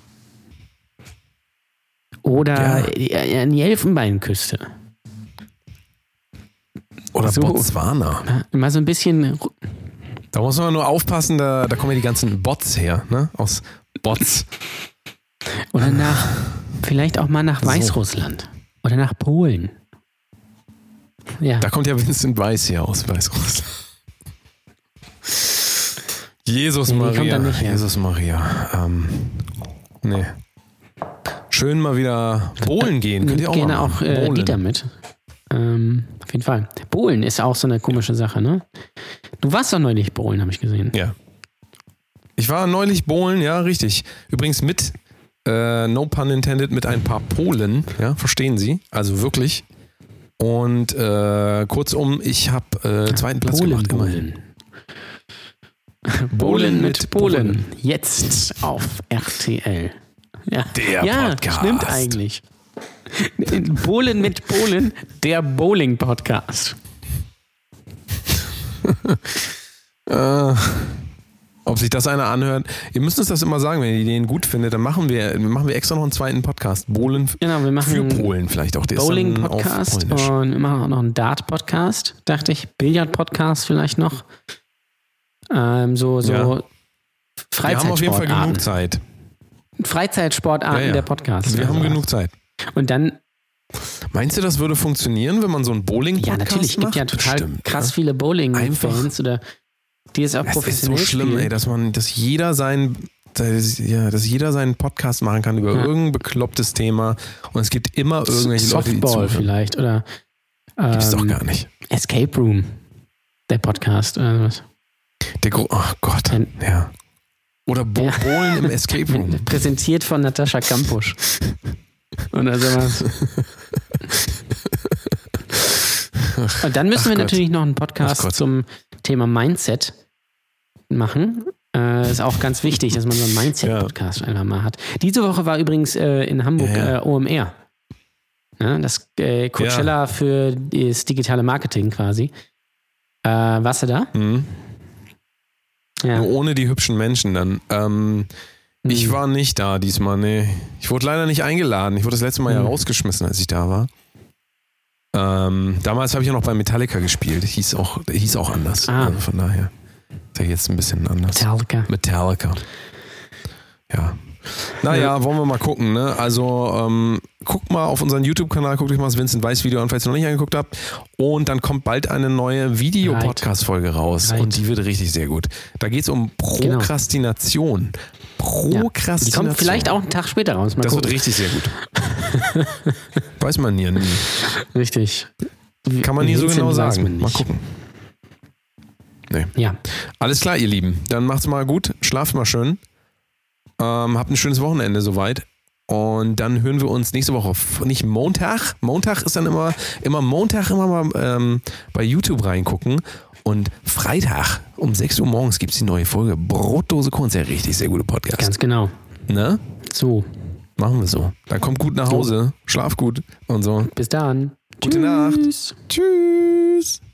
Oder äh, an die Elfenbeinküste. Oder So. Botswana. Mal so ein bisschen. Da muss man nur aufpassen, da, da kommen ja die ganzen Bots her, ne? Aus Bots. Oder nach. Vielleicht auch mal nach So. Weißrussland. Oder nach Polen. Ja. Da kommt ja Vincent Weiss hier aus Weißrussland. Jesus Nee, die kommt Maria. da nicht her. Jesus Maria. Ähm, nee. Schön mal wieder bowlen gehen. Könnt ihr auch gerne mal auch äh, bowlen. Dieter mit. Ähm, auf jeden Fall. Bowlen ist auch so eine komische Sache, ne? Du warst doch neulich bowlen, habe ich gesehen. Ja. Ich war neulich bowlen, ja, richtig. Übrigens mit, äh, no pun intended, mit ein paar Polen, ja, verstehen Sie? Also wirklich. Und äh, kurzum, ich habe äh, zweiten Platz Polen, gemacht, immerhin. Bowlen. Bowlen mit Polen. Jetzt auf R T L. Ja, Der ja, Podcast. stimmt eigentlich. Bowlen mit Polen, der Bowling-Podcast. Äh, ob sich das einer anhört. Ihr müsst uns das immer sagen, wenn ihr den gut findet, dann machen wir, machen wir extra noch einen zweiten Podcast. Bowlen Genau, wir machen für einen Polen vielleicht auch. Der ist dann auf Bowling-Podcast Polnisch. und wir machen auch noch einen Dart-Podcast, dachte ich. Billard-Podcast vielleicht noch. Ähm, so so Ja. Wir haben auf jeden Fall Freizeitsportarten. genug Zeit. Freizeitsportarten Ja, ja. der Podcast. Wir haben Also. genug Zeit. Und dann, Meinst du, das würde funktionieren, wenn man so einen Bowling-Podcast ja, natürlich, es gibt macht? ja total Bestimmt, krass ne? viele Bowling-Fans Einfach- oder die es auch Es ist so professionell schlimm, spielen. ey, dass man, dass jeder sein, dass, ja, dass jeder seinen Podcast machen kann über Ja. irgendein beklopptes Thema und es gibt immer irgendwelche Leute, die Softball zuhören. vielleicht oder ähm, Gibt's doch gar nicht. Escape Room, der Podcast oder was. Der Gro Ach Gott, Ein- ja. Oder Bo Ja. Bowlen im Escape Room. Präsentiert von Natascha Kampusch. Und also was. Und dann müssen Ach wir Gott. natürlich noch einen Ach Podcast Gott. zum Thema Mindset machen. Äh, ist auch ganz wichtig, dass man so einen Mindset-Podcast einfach mal hat. Diese Woche war übrigens äh, in Hamburg Ja, ja. Äh, O M R. Ja, das äh, Coachella für das digitale Marketing quasi. Äh, warst du da? Mhm. Ja. Nur ohne die hübschen Menschen dann. Ähm, ich Mhm. war nicht da diesmal, nee. Ich wurde leider nicht eingeladen. Ich wurde das letzte Mal ja Mhm. rausgeschmissen, als ich da war. Ähm, damals habe ich ja noch bei Metallica gespielt. Hieß auch, hieß auch anders. Ah. Also von daher ist ja jetzt ein bisschen anders. Metallica. Metallica. Ja. Naja, wollen wir mal gucken, ne? Also, ähm, guckt mal auf unseren YouTube-Kanal, guckt euch mal das Vincent Weiss-Video an, falls ihr noch nicht angeguckt habt. Und dann kommt bald eine neue Video-Podcast-Folge raus. Right. Und die wird richtig sehr gut. Da geht es um Prokrastination. Ja. Prokrastination. Die kommt vielleicht auch einen Tag später raus. Mal Das wird gucken. richtig sehr gut. Weiß man ja nie. Richtig. Kann man nie so Vincent genau weiß sagen. man Mal nicht. gucken. Nee. Ja. Alles klar, ihr Lieben. Dann macht's mal gut. Schlaft mal schön. Ähm, habt ein schönes Wochenende soweit. Und dann hören wir uns nächste Woche. Nicht Montag. Montag ist dann immer, immer Montag immer mal ähm, bei YouTube reingucken. Und Freitag um sechs Uhr morgens gibt es die neue Folge Brotdose Kunst. Der richtig sehr gute Podcast. Ganz genau. Ne? So, Machen wir so. Dann kommt gut nach Hause. Schlaf gut und so. bis dann. Gute Nacht. Tschüss. Tschüss.